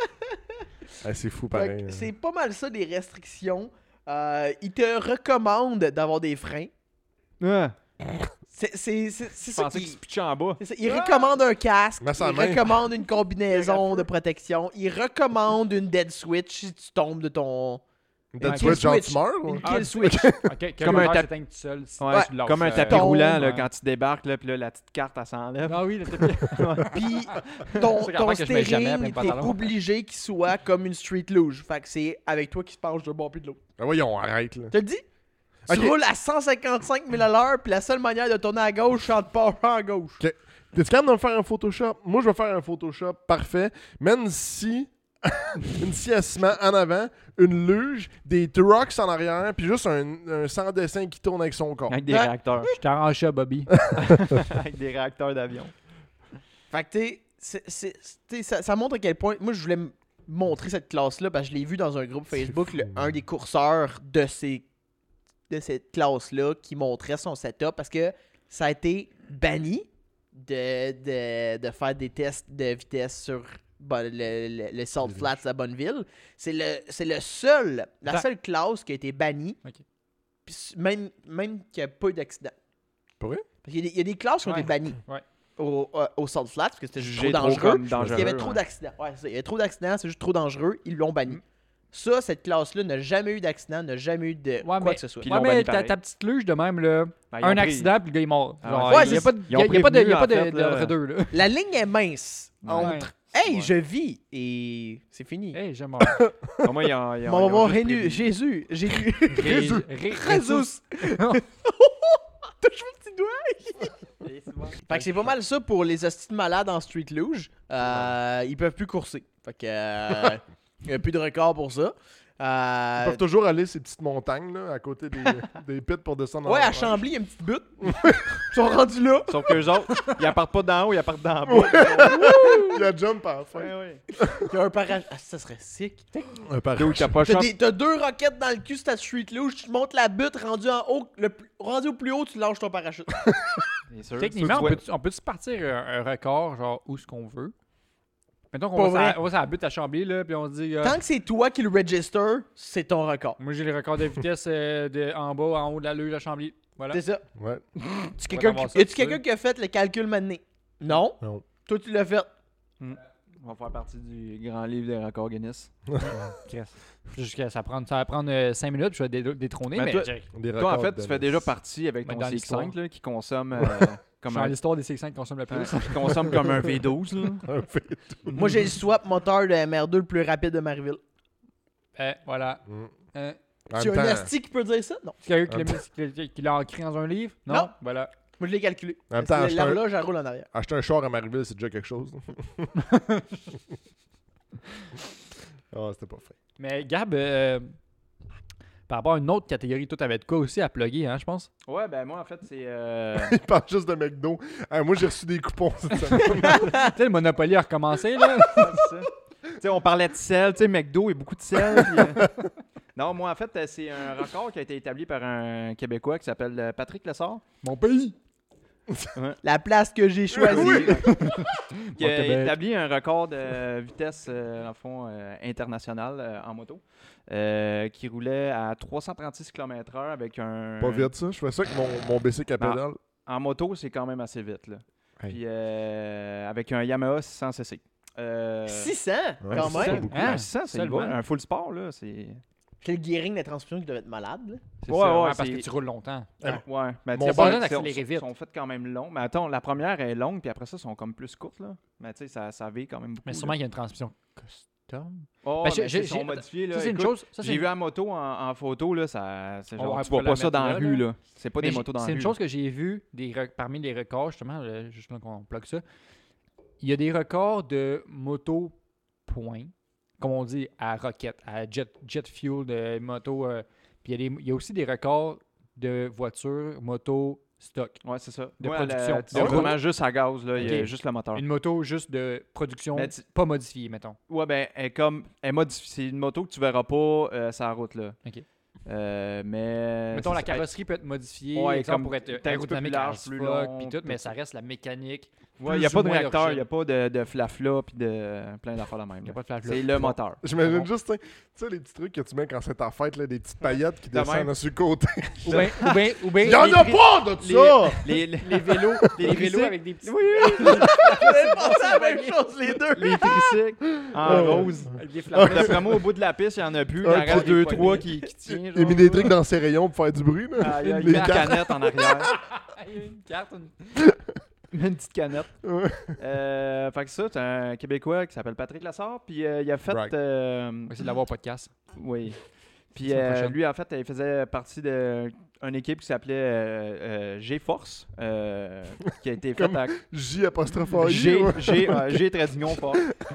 Ah, c'est fou Fait pareil. que c'est pas mal ça, des restrictions. Ils te recommandent d'avoir des freins. Ah, C'est je ça pensais qui... qu'il se pitchait en bas. C'est ça. Ils recommandent un casque, Mets ça en ils main. recommandent une combinaison de protection, ils recommandent une dead switch si tu tombes de ton... Une tête Une switch, kill genre switch. tu meurs ou? Une Ah, kill switch. Ok, que Comme le un moteur tap- s'éteigne tout seul. Si Ouais, tu lâches, comme un tapis tombe, roulant là, ouais. quand tu débarques, là, puis là, la petite carte, elle s'enlève. Ah oui, le tapis. Puis ton, C'est ton qu'en fait que je mets jamais steering, après le t'es pantalon. obligé qu'il soit comme une street luge. Fait que c'est avec toi qui se penche de bord puis de l'autre. Ben voyons, arrête là. Tu le dis? Tu Ok. roules à 155 000 à l'heure, puis la seule manière de tourner à gauche, c'est en te penchant à gauche. T'es capable de me faire un Photoshop? Moi, je vais faire un Photoshop parfait. Même si une scie à ciment en avant, une luge, des trucks en arrière, puis juste un sans-dessin qui tourne avec son corps. Avec des Ouais. réacteurs. Je t'arrange ça, Bobby. Avec des réacteurs d'avion. Fait que t'sais, ça montre à quel point... Moi, je voulais montrer cette classe-là, parce que je l'ai vu dans un groupe Facebook, fou. un des courseurs de cette classe-là qui montrait son setup, parce que ça a été banni de faire des tests de vitesse sur le Salt Flats à Bonneville. C'est la seule classe qui a été bannie, Ok. puis même qu'il n'y a pas eu d'accident. Pour vrai? Parce qu'il y a des classes qui ont été Ouais. bannies Ouais. au Salt Flats, parce que c'était juste trop Jugé trop dangereux. comme Parce qu'il y avait dangereux, trop ouais. d'accidents. Ouais, c'est ça. Il y avait trop d'accidents, c'est juste trop dangereux. Ils l'ont banni. Ça, cette classe-là n'a jamais eu d'accident, n'a jamais eu de quoi mais- que ce soit. Puis Ouais, l'ont mais banni ta pareil. petite luge de même, là, Ben, ils ont un pris- accident, puis le gars est mort. Ah Genre, ouais, il n'y a c'est- pas de ils ont il y a pas de- il y a pas prévenu, de en fait, là. deux, là. La ligne est mince Ouais. entre hey, Ouais. je vis et c'est fini. Hey, j'aime Pour moi, ils ont Mais on va voir juste Rénu, prévenu. Jésus. Jésus. Jésus. Jésus. Touche mon petit doigt. Fait que c'est pas mal ça pour les hosties de malades en street luge. Ils peuvent plus courser. Fait que il n'y a plus de record pour ça. Ils peuvent toujours aller ces petites montagnes là, à côté des pits pour descendre Ouais, en à Chambly, il y a une petite butte. Ils sont rendus là. Sauf qu'eux autres, ils partent pas d'en haut, ils partent d'en bas. Il y a jump à la fin. Il y a un parachute. Ah, ça serait sick. Un parachute. D'où t'as pas le choix. T'as 2 roquettes dans le cul sur ta street luge. Tu montes la butte, rendu en haut. Rendu au plus haut, tu lâches ton parachute. Bien sûr. Techniquement, Tu vois- on peut-tu partir un record, genre, où ce qu'on veut? Mettons Pas qu'on vrai. va sur la butte à Chambly, là, puis on se dit... Tant que c'est toi qui le register, c'est ton record. moi, j'ai le record de vitesse en bas, en haut de la luge à Chambly. Voilà. C'est ça. Ouais. Tu quelqu'un avoir qui... ça, Y a-tu tu quelqu'un sais. qui a fait le calcul maintenant? Non. Non. Toi, tu l'as fait. On va faire partie du grand livre des records Guinness. Jusqu'à ça va prendre 5 minutes, puis je vais détrôner, Mais mais toi- j'ai- Des Toi, en records fait, de tu fais Guinness. déjà partie avec Mais ton dans CX5 l'histoire. là, qui consomme comme dans un, l'histoire des C5 qui consomment le plus. qui consomme comme un V12. Là. Un fait. Moi, j'ai le swap moteur de MR2 le plus rapide de Marieville. Voilà. Mm. Euh, En Tu as même un temps- asti qui peut dire ça? Non. c'est quelqu'un qui l'a ancré dans un livre? Non? Non. Voilà. Moi, je l'ai calculé. En même temps, C'est acheter un- l'horloge, elle roule en arrière. Acheter un char à Marieville, c'est déjà quelque chose. Ah, c'était pas fait. Mais Gab, par rapport à une autre catégorie, toi, t'avais de quoi aussi à plugger, hein, je pense? Ouais, ben moi, en fait, c'est... Il parle juste de McDo. Moi, j'ai reçu des coupons cette semaine. Tu sais, le Monopoly a recommencé, là. c'est ça. sais, on parlait de sel, tu sais, McDo et beaucoup de sel. Puis, non, moi, en fait, c'est un record qui a été établi par un Québécois qui s'appelle Patrick Lessard. Mon pays! La place que j'ai choisie. Qui a Québec. établi un record de vitesse, en fond, international en moto, qui roulait à 336 km/h avec un... Pas vite, ça. Je fais ça avec mon bicycle à Non. pédale. En moto, c'est quand même assez vite, là. Hey. Puis avec un Yamaha 600cc. 600, Ouais, quand c'est même. ça, beaucoup. Hein? 600, c'est Seulement. un full sport, là. C'est... C'est le gearing de la transmission qui devait être malade. Là. C'est Ouais, ça, ouais, ouais, parce c'est- que tu roules longtemps. Ouais, mais Mon tu sais, père bon, d'accélérer vite. sont faites quand même longs. Mais attends, la première est longue, puis après ça, sont comme plus courtes, là. Mais tu sais, ça vit quand même beaucoup. Mais sûrement qu'il y a une transmission custom. Oh, Ben, mais j'ai- ils sont j'ai- modifiés, là. Ça, c'est une Écoute, chose. Ça, c'est j'ai une- vu la moto en photo, là, ça, c'est On genre, va tu vois la pas ça mettre dans la là, rue, là. là. C'est pas Mais des motos dans la c'est rue. une chose que j'ai vue parmi les records, justement, juste là qu'on plug ça. Il y a des records de moto point, comme on dit, à rocket, à jet fuel de moto. Puis il y a aussi des records de voitures, moto stock. Ouais, c'est ça. de Moi, production. c'est Ah oui? vraiment juste à gaz, là. Il y a Ok. juste le moteur. Une moto juste de production Mais tu- pas modifiée, mettons. Ouais, ben, elle est modifiée. C'est une moto que tu verras pas sur la route, là. Ok. Mais. Mettons, c'est la ça. carrosserie peut être modifiée, Ouais, exemple, comme pour être peut-être un petit peu aérodynamique plus large, as plus fuck, long, puis puis tout, mais tout ça ça. reste la mécanique. Ouais, il n'y a plus pas ou de moins réacteur, il leur n'y a pas de flafla puis de plein d'affaires de même. Il n'y a là. pas de flash C'est le moteur. J'imagine Bon. juste, tu sais, les petits trucs que tu mets quand c'est ta fête, là, des petites paillettes qui De même. descendent sur le côté. Ou bien, Il y les en a tri- pas de ça! les vélos, les vélos avec des petits. Oui, J'avais pensé à la même chose, les deux. les tricycles en Oh. rose. Avec des flammes. D'après moi, au bout de la piste, il n'y en a plus. Il en Ouais, reste des 2-3 poignées. qui tiennent. Il a mis des trucs dans ses rayons pour faire du bruit. Là. Il y a Les une cartes. canette en arrière. Une carte, Une petite canette. Ouais. Fait que ça, c'est un Québécois qui s'appelle Patrick Lassard. Puis il a fait. Brag. On va essayer de l'avoir au podcast. Oui. Puis Semaine prochaine. lui, en fait, il faisait partie d'une équipe qui s'appelait G-Force, qui a été faite Comme à J apostrophe A I. G, ouais. G Trédignon Force.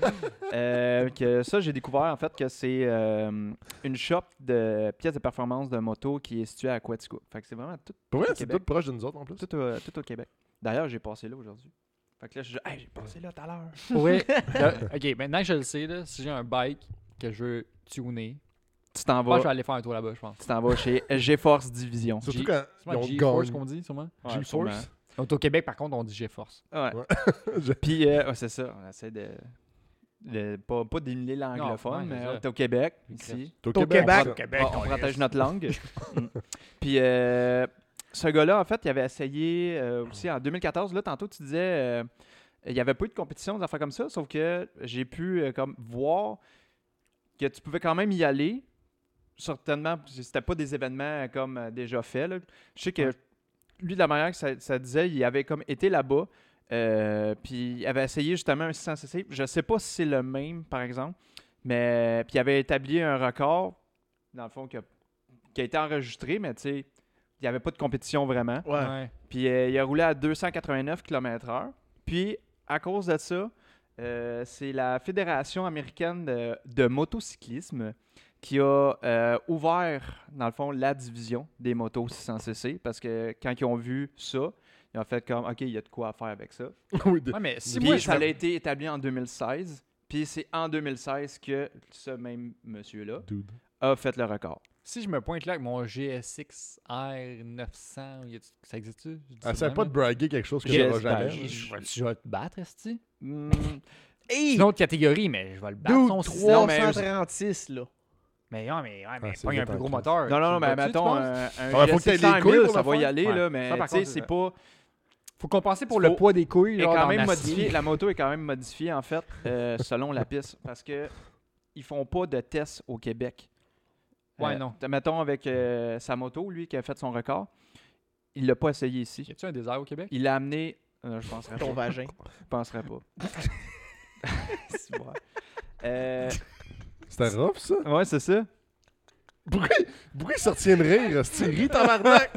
Que ça, j'ai découvert en fait que c'est une shop de pièces de performance de moto qui est située à Quatico. Fait que c'est vraiment tout, Pour vrai, au c'est Québec. tout proche de nous autres en plus. tout au Québec. D'ailleurs, j'ai passé là aujourd'hui. Fait que là, hey, j'ai passé là tout à l'heure. Oui. Ok, maintenant que je le sais, là, si j'ai un bike que je veux tuner, Tu t'en je pense que je vais vas, aller faire un tour là-bas, je pense. tu t'en vas chez G-Force Division. Surtout G- quand C'est ils ont G-Force gagné. qu'on dit, sûrement. Ouais, G-Force. sûrement. Donc au Québec, par contre, on dit G-Force. Ouais. Je- Puis, c'est ça, on essaie de pas d'émuler l'anglophone, ouais, c'est mais ça. t'es au Québec, Crève. ici. T'es au Au Québec. Québec. ça. Au Québec, On protège notre langue. Mm. Puis, ce gars-là, en fait, il avait essayé aussi en 2014. Là, tantôt, tu disais il n'y avait pas eu de compétition, des affaires comme ça, sauf que j'ai pu comme voir que tu pouvais quand même y aller. Certainement, c'était pas des événements comme déjà faits. Là. Je sais que Ouais. lui, de la manière que ça disait, il avait comme été là-bas. Puis il avait essayé justement un 600cc. Je sais pas si c'est le même, par exemple. Mais puis il avait établi un record, dans le fond, qui a été enregistré, mais tu sais, il n'y avait pas de compétition vraiment. Ouais. Puis il a roulé à 289 km/h. Puis à cause de ça, c'est la Fédération américaine de motocyclisme qui a ouvert, dans le fond, la division des motos 600cc. Parce que quand ils ont vu ça, ils ont fait comme, OK, il y a de quoi à faire avec ça. Oui, Ouais, mais si Puis moi, ça a été établi en 2016. Puis c'est en 2016 que ce même monsieur-là Dude. a fait le record. si je me pointe là avec mon GSX R900, ça existe-tu? Je dis ça Essaie de pas même, de braguer quelque chose que Yes, tu n'auras jamais. ben, là. Je vais te battre, esti. Hmm, Hey! C'est une autre catégorie, mais je vais le battre. Dude, Son 600, mais 336, là. mais c'est pas un vite plus en gros crise. moteur. Non, non, non, Tu mais le bats-tu, tu mettons, penses? Ouais, faut que t'aies GSX les couilles 1000, pour ça le va y faire. aller, Ouais. là, mais Ça, par tu sais, contre, c'est pas... Faut compenser pour Faut- le poids des couilles. est genre, quand dans même l'acier. modifié, la moto est quand même modifiée, en fait, selon la piste, parce que ils font pas de tests au Québec. Ouais, non. Mettons, avec sa moto, lui, qui a fait son record, il l'a pas essayé ici. Y a-tu un désert au Québec? Il l'a amené... je penserais Ton pas. vagin. Je penserais pas. C'est vrai. C'était rough, ça. Ouais, c'est ça. Pourquoi il sortit de rire? C'est rit tabarnak!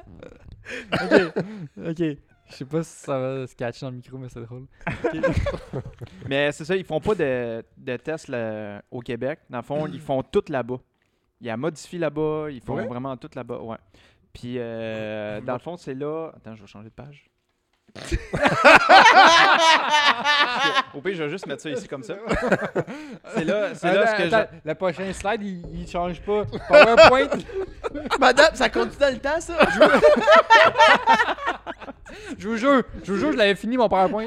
Ok. Je sais pas si ça va se catcher dans le micro, mais c'est drôle. Mais c'est ça, ils font pas de tests là, au Québec. Dans le fond, ils font tout là-bas. Ils la modifient là-bas, ils font Ouais? vraiment tout là-bas, ouais. Puis, dans le fond, c'est là... Attends, je vais changer de page. Au pire, je vais juste mettre ça ici comme ça. C'est là ce que Attends, le prochain slide, il change pas. PowerPoint. Madame, ça continue dans le temps, ça? Je vous jure, je l'avais fini mon PowerPoint.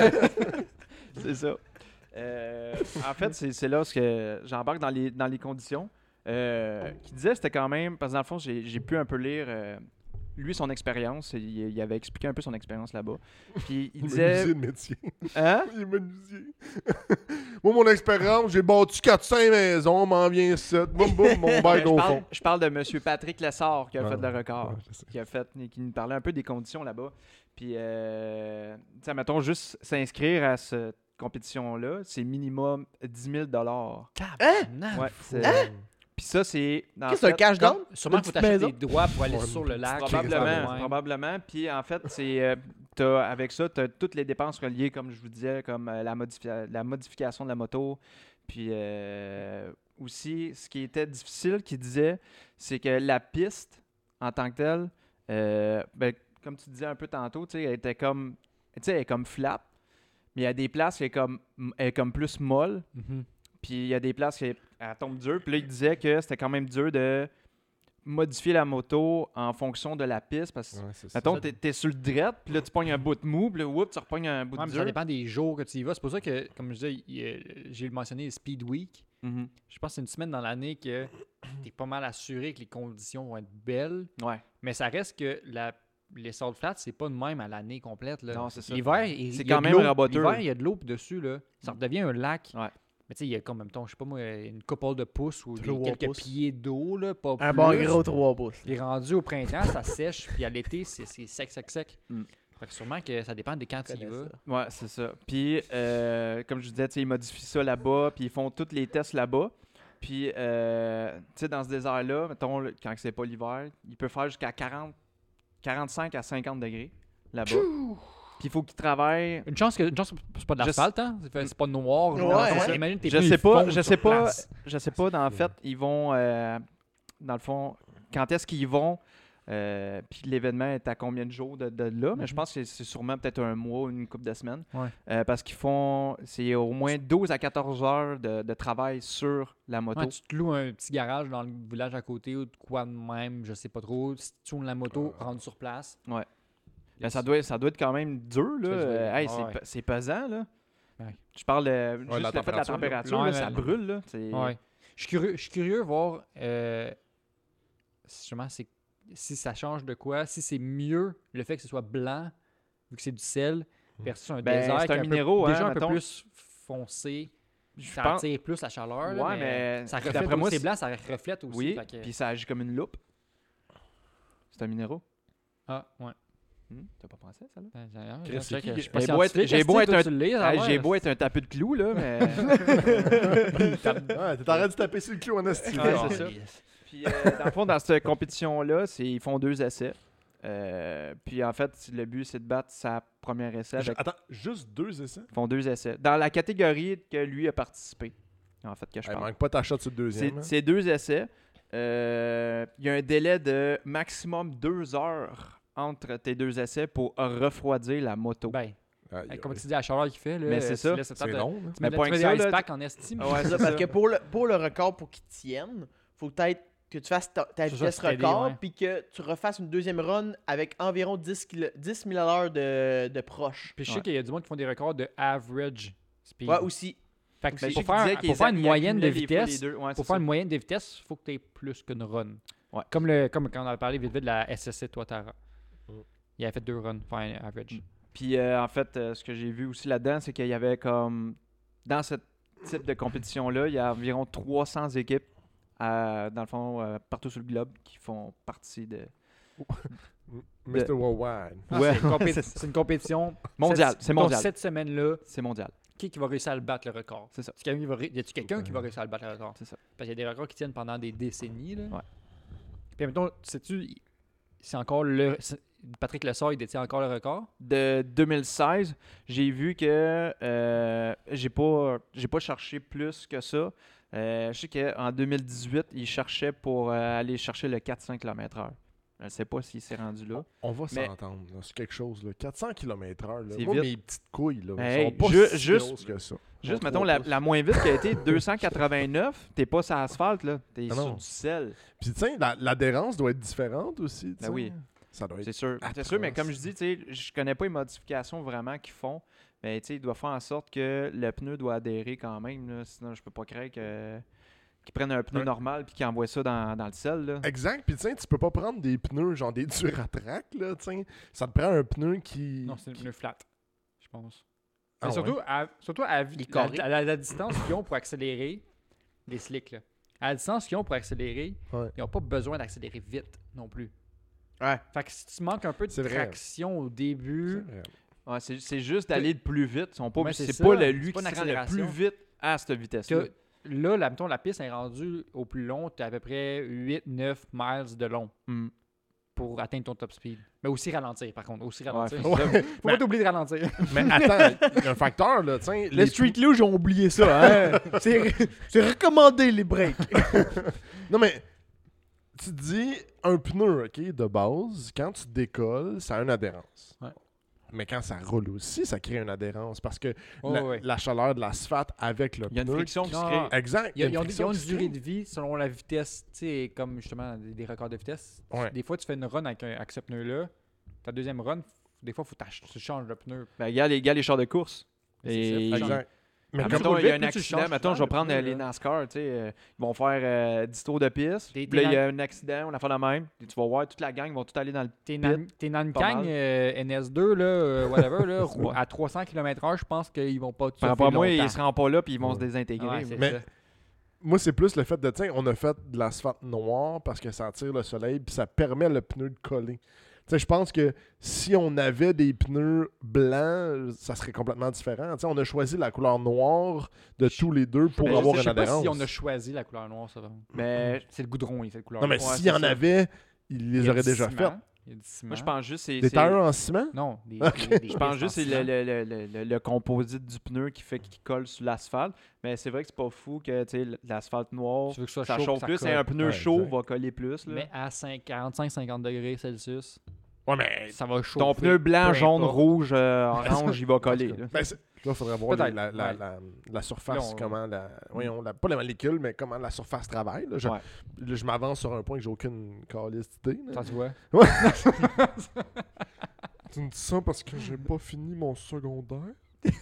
C'est ça. En fait, c'est là ce que j'embarque dans les conditions. Qui disait c'était quand même, parce que dans le fond, j'ai pu un peu lire lui son expérience. Il avait expliqué un peu son expérience là-bas. Puis il disait. Menuisier de métier. Hein? Il est menuisier. Moi, mon expérience, j'ai bâti 400 maisons, m'en vient 7. Boum, boum, mon bail au fond. Je parle de M. Patrick Lessard qui a fait le record. Ouais, je sais. Qui nous parlait un peu des conditions là-bas. Puis, tu sais, mettons, juste s'inscrire à cette compétition-là, c'est minimum 10 000 Ouais, Puis ça, c'est... Qu'est-ce que c'est un cash down? Sûrement Une qu'il faut petite t'acheter maison? des droits pour aller Ouais, sur le lac. Probablement. Puis en fait, c'est avec ça, tu as toutes les dépenses reliées, comme je vous disais, comme la modification de la moto. Puis aussi, ce qui était difficile, qu'il disait, c'est que la piste, en tant que telle, ben, comme tu disais un peu tantôt, tu sais, elle était comme, tu sais, elle est comme flat. Mais il y a des places qui elle est comme plus molle. Mhm. Puis il y a des places qui elle tombe dure. Puis là, il disait que c'était quand même dur de modifier la moto en fonction de la piste. Parce que, Ouais, c'est ça. mettons, t'es sur le dread, puis là, tu pognes un bout de mou, puis là, whoop, tu repognes un bout Ouais, de mais ça dur. dépend des jours que tu y vas. C'est pour ça que, comme je disais, j'ai mentionné le Speed Week. Mhm. Je pense que c'est une semaine dans l'année que tu es pas mal assuré que les conditions vont être belles. Ouais. Mais ça reste que les salt flats, c'est pas de même à l'année complète. Là. Non, c'est ça. L'hiver, C'est il y a quand de même l'eau. raboteux. L'hiver, il y a de l'eau dessus. Là. Ça redevient un lac. Ouais. Mais tu sais, il y a comme, même temps, je sais pas moi, une couple de pouces ou 3 quelques pouces. pieds d'eau, là, pas Un plus. bon gros 3 pouces. Puis rendu au printemps, ça sèche, puis à l'été, c'est sec. Mm. Fait que sûrement que ça dépend de quand tu y vas. Ouais, c'est ça. Puis, comme je disais, tu sais, ils modifient ça là-bas, puis ils font tous les tests là-bas. Puis, tu sais, dans ce désert-là, mettons, quand c'est pas l'hiver, il peut faire jusqu'à 45 à 50 degrés là-bas. Puis, il faut qu'ils travaillent. Une chance que c'est pas de l'asphalte, hein? C'est pas noir. Ouais, genre. ouais. Imagine tes Je pneus, sais ils pas, fondent je sur sais pas. place. Je sais pas, en fait, ils vont, dans le fond, quand est-ce qu'ils vont, puis l'événement est à combien de jours de là, mais je pense que c'est sûrement peut-être un mois ou une couple de semaines. Ouais. Parce qu'ils font, c'est au moins 12 à 14 heures de travail sur la moto. Ouais, tu te loues un petit garage dans le village à côté ou de quoi de même, je sais pas trop. Si tu tournes la moto, rendu sur place. Ouais. Ben, ça doit être quand même dur, là. Ça doit être- Hey, ouais. c'est pesant, là. Ouais. Je parle juste la le fait de la température, température, là. là, Ouais, ça mais- brûle, là. C'est- Ouais. Je suis curieux de voir justement, si ça change de quoi, si c'est mieux le fait que ce soit blanc, vu que c'est du sel, versus un Ben, désert c'est qui est un minéraux, déjà hein, un peu mettons. plus foncé. Je Ça pense- attire plus la chaleur. là, Ouais, mais ça reflète d'après moi, c'est c'est- blanc, ça reflète aussi. Oui, fait que- puis ça agit comme une loupe. C'est un minéraux. Ah, ouais. T'as pas pensé à ça, là? Chris, c'est qui Je qui- suis pas J'ai beau être- scientifique, j'ai beau est-ce que être toi, tu le lis, ça Hey, va, j'ai là? beau être un tapis de clous, là, mais... Ouais, t'es en train de taper sur le clou en esti. Ouais, là. c'est ça. Puis, dans le fond, dans cette compétition-là, ils font 2 essais. Puis, en fait, le but, c'est de battre sa première essai. Attends, juste 2 essais? Ils font 2 essais. Dans la catégorie que lui a participé, en fait, que je Il parle. manque pas ta shot sur le deuxième. hein. C'est 2 essais. Il y a un délai de maximum 2 heures entre tes 2 essais pour refroidir la moto. Ben, Aïe, comme aïe. tu dis, la chaleur qu'il fait, là, Mais c'est tu ça. laisses le temps C'est de- long. là. Tu Mais mets, point tu que mets ça, des là, ice packs en estime. Ouais, C'est c'est ça, parce ça. que pour le record, pour qu'il tienne, faut peut-être que tu fasses ta C'est ça, vitesse c'est aidé, record, ouais. puis que tu refasses une deuxième run avec environ 10 000 à l'heure de proche. Puis je sais Ouais. qu'il y a du monde qui font des records de average speed. Ouais, aussi. Fait que Ben, pour je sais faire, qu'il disait qu'ils pour faire une ils moyenne de accumulaient les fois les vitesse, deux. Ouais, pour c'est faire ça. une moyenne de vitesse, il faut que tu aies plus qu'une run. Ouais. Comme quand on a parlé vite de la SSC Toitara. Il avait fait 2 runs, pour un average. Puis en fait, ce que j'ai vu aussi là-dedans, c'est qu'il y avait comme dans ce type de compétition-là, il y a environ 300 équipes dans le fond partout sur le globe qui font partie de Mr. Worldwide. Ah, Ouais. c'est une compétition mondiale. C'est mondial. Cette semaine-là, C'est mondial. qui va réussir à le battre le record? C'est ça. Y a-tu quelqu'un qui va réussir à le battre le record? C'est ça. Parce qu'il y a des records qui tiennent pendant des décennies. Là. Ouais. Puis mettons, sais-tu, c'est encore Patrick Lessard, il détient encore le record? De 2016, j'ai vu que j'ai pas cherché plus que ça. Je sais qu'en 2018, il cherchait pour aller chercher le 400 km/h. Je ne sais pas s'il s'est rendu là. On va Mais- s'entendre, là, c'est quelque chose. Là. 400 km/h, là. C'est Moi, vite. mes petites couilles, là, Hey, sont pas si juste- grosses que ça. Juste, Sont mettons, trop la moins vite qui a été 289, t'es pas sur l'asphalte, là. T'es Ah sur non. du sel. Puis, tu sais, l'adhérence doit être différente aussi. tu sais. oui. Ça doit être. C'est sûr. C'est atroce. sûr, mais comme je dis, tu sais, je connais pas les modifications vraiment qu'ils font. Mais tu sais, ils doivent faire en sorte que le pneu doit adhérer quand même. Là, sinon, je peux pas croire qu'ils prennent un pneu normal puis qu'ils envoient ça dans le sel. Là. Exact. Puis, tu sais, tu peux pas prendre des pneus, genre des Duratrac, là, tu sais. Ça te prend un pneu qui. Non, c'est un pneu flat, je pense. Ah Mais surtout, surtout Les carrés. à la distance qu'ils ont pour accélérer, les slicks, là. À la distance qu'ils ont pour accélérer, Ouais. ils n'ont pas besoin d'accélérer vite non plus. Ouais. Fait que si tu manques un peu de C'est vrai. traction au C'est début, vrai. Ouais, c'est juste d'aller de plus vite. Ils sont pas, Ouais, c'est c'est ça. pas C'est lui pas qui une se rend le plus accélération. vite à cette vitesse-là. là, mettons, la piste est rendue au plus long, tu as à peu près 8-9 miles de long Hmm. pour atteindre ton top speed. Mais aussi ralentir, par contre. Aussi Ouais, ralentir. fait que ça, Faut pas t'oublier de ralentir. Mais attends, il y a un facteur, là, tu sais. Le street luge, ont oublié ça, hein? c'est recommandé, les breaks. Non, mais tu te dis, un pneu, OK, de base, quand tu décolles, ça a une adhérence. Ouais. Mais quand ça roule aussi, ça crée une adhérence parce que Oh, la, ouais. la chaleur de l'asphalte avec le il y a une pneu. friction qui se Non, crée. non. Exact. Ils ont, friction une qui se durée crée. de vie selon la vitesse, tu sais, comme justement des records de vitesse. Ouais. Des fois, tu fais une run avec ce pneu-là. Ta deuxième run, des fois, tu changes le pneu. Ben, regarde les chars de course. C'est Et ça, Exact. Mais Ah, comme mettons, tu il y a roules un vite, plus tu accident. changes Mettons, je vais le prendre pneu, les là. NASCAR. Tu sais, ils vont faire 10 tours de piste. T'es- Puis là, t'es il y a un accident, on a fait la même. Puis tu vas voir, toute la gang ils vont tout aller dans le. T'es Pas Nankang mal. NS2, là, whatever, là, à 300 km/h, je pense qu'ils vont pas tout Par rapport à moi, ils se rendent pas là puis ils vont se désintégrer. Ouais, c'est Mais- ça. moi, c'est plus le fait de, tu sais, on a fait de l'asphalte noir parce que ça attire le soleil puis ça permet le pneu de coller. Tu sais, je pense que si on avait des pneus blancs, ça serait complètement différent. Tu sais, on a choisi la couleur noire de tous les deux pour Mais avoir je une sais pas adhérence. si on a choisi la couleur noire, ça. Mais C'est le goudron, cette couleur. Non, mais noire. s'il y en c'est ça. avait, ils Il y les a auraient du déjà ciment, faites. Il y a du ciment. moi, je pense juste Des tailleurs en ciment? Non, des, Ok. des Je pense pistes juste en que c'est ciment. le composite du pneu qui fait qu'il colle sur l'asphalte. Mais c'est vrai que c'est pas fou que tu sais, l'asphalte noir, Tu veux que ça ça chauffe, chauffe ça plus. colle. Et un pneu Ouais, chaud exact. va coller plus. Là. Mais à 45-50 degrés Celsius, Ouais, mais ça va chauffer. Ton pneu blanc, peu jaune, importe. rouge, orange, il va coller. là. ben, là, il faudrait voir Peut-être, la surface, Là, on- comment voyons, pas la molécule, mais comment la surface travaille. Là. Ouais. Là, je m'avance sur un point que j'ai aucune calice d'idée. là. Ça se voit. Tu me dis ça parce que j'ai pas fini mon secondaire?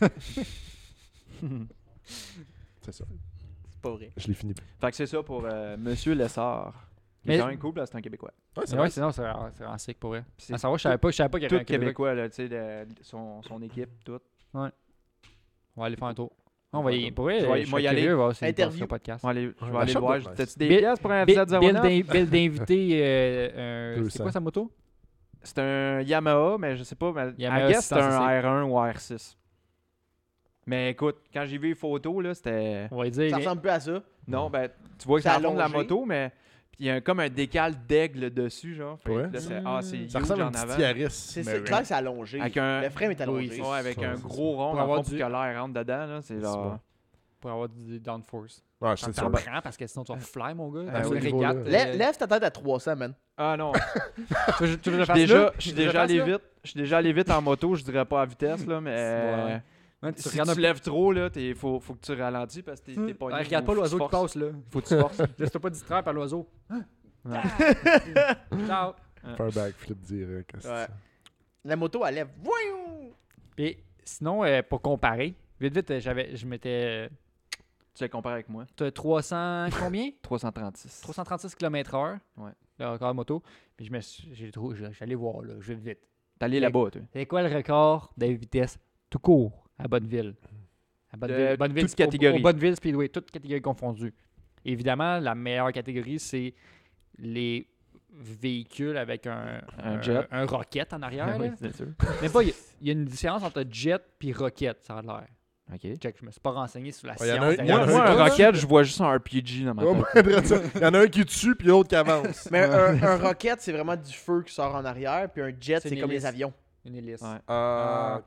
C'est ça. C'est pas vrai. Je l'ai fini plus. Fait que c'est ça pour Monsieur Lessard. Mais- C'est quand même cool, là, c'est un Québécois. Ouais, c'est Mais vrai. ouais, sinon, c'est vraiment sick pour vrai. C'est À savoir, je savais pas qu'il y avait Tout un Québécois. Québécois, là, tu sais, son équipe, tout. On va aller faire un tour. On va y, pour vrai, Je vais y- suis moi, y aller. curieux, voir s'il passe Interview. sur le podcast. Je vais aller, je vais la aller shop le voir. de place. T'as-tu des Bill- pièces pour un Bill FZ09? Bill d'inviter, c'est 200. quoi sa moto? C'est un Yamaha, mais je sais pas. Mais Yamaha I guess c'est un 600cc. R1 ou R6. Mais écoute, quand j'ai vu les photos, là, c'était. On va lui dire. Ça ressemble plus à ça. Non, ben, tu vois que C'est c'est la forme de la allongé. moto, mais il y a comme un décal d'aigle dessus, genre. Fait que Ouais. là, c'est Mm. huge Ça ressemble à en une petite avant. Yaris. C'est mais clair que c'est allongé. Avec un- Le frame est allongé. Oui, c'est Ouais, avec ça, un c'est gros rond Pour dans le avoir fond pour du- que l'air rentre dedans, là. C'est C'est genre. bon. Pour avoir du downforce. Ouais, c'est T'en ça. prends parce que sinon tu vas fly, mon gars. Ah Dans oui, une niveau-là. régate. Lève ta tête à 300, man. Ah non, Tu veux que je le je fasse suis déjà, là? je suis Tu veux que déjà le allé fasse là? vite. Je suis déjà allé vite en moto, je dirais pas à vitesse, là, mais. Ouais. Ouais, Si regardes un tu peu- lèves trop, là, faut que tu ralentis parce que t'es pas. Ouais, regarde pas l'oiseau qui passe là. Faut que tu forces. Laisse-toi pas distraire par l'oiseau. Ouais. Ciao. Faire un backflip direct. qu'est-ce que Ouais. c'est? La moto, elle lève. Voyons! Puis sinon, pour comparer, vite, je m'étais. Tu l'as comparé avec moi. T'as 300 combien? 336. 336 km/h. Ouais. Le record moto. Puis j'allais voir là, je vais vite. T'es allé là-bas, toi. C'est quoi le record de vitesse tout court à Bonneville? À Bonneville, toute catégorie. Au Bonneville Speedway, toutes catégories confondues. Évidemment, la meilleure catégorie, c'est les véhicules avec un jet. un rocket en arrière. Oui, là. c'est sûr. Mais pas, il y a une différence entre jet et rocket, ça a l'air. Ok. Check, je me suis pas renseigné sur la Ouais, y en a science. un- y en a derrière un- ça. Moi, un là. rocket, je vois juste un RPG dans ma Ouais, tête. moi, je dirais ça. Il y en a un qui tue puis l'autre qui avance. Mais un rocket, c'est vraiment du feu qui sort en arrière. Puis un jet, C'est c'est une comme les hélice. avions. Une hélice. Ouais. Ah, ok.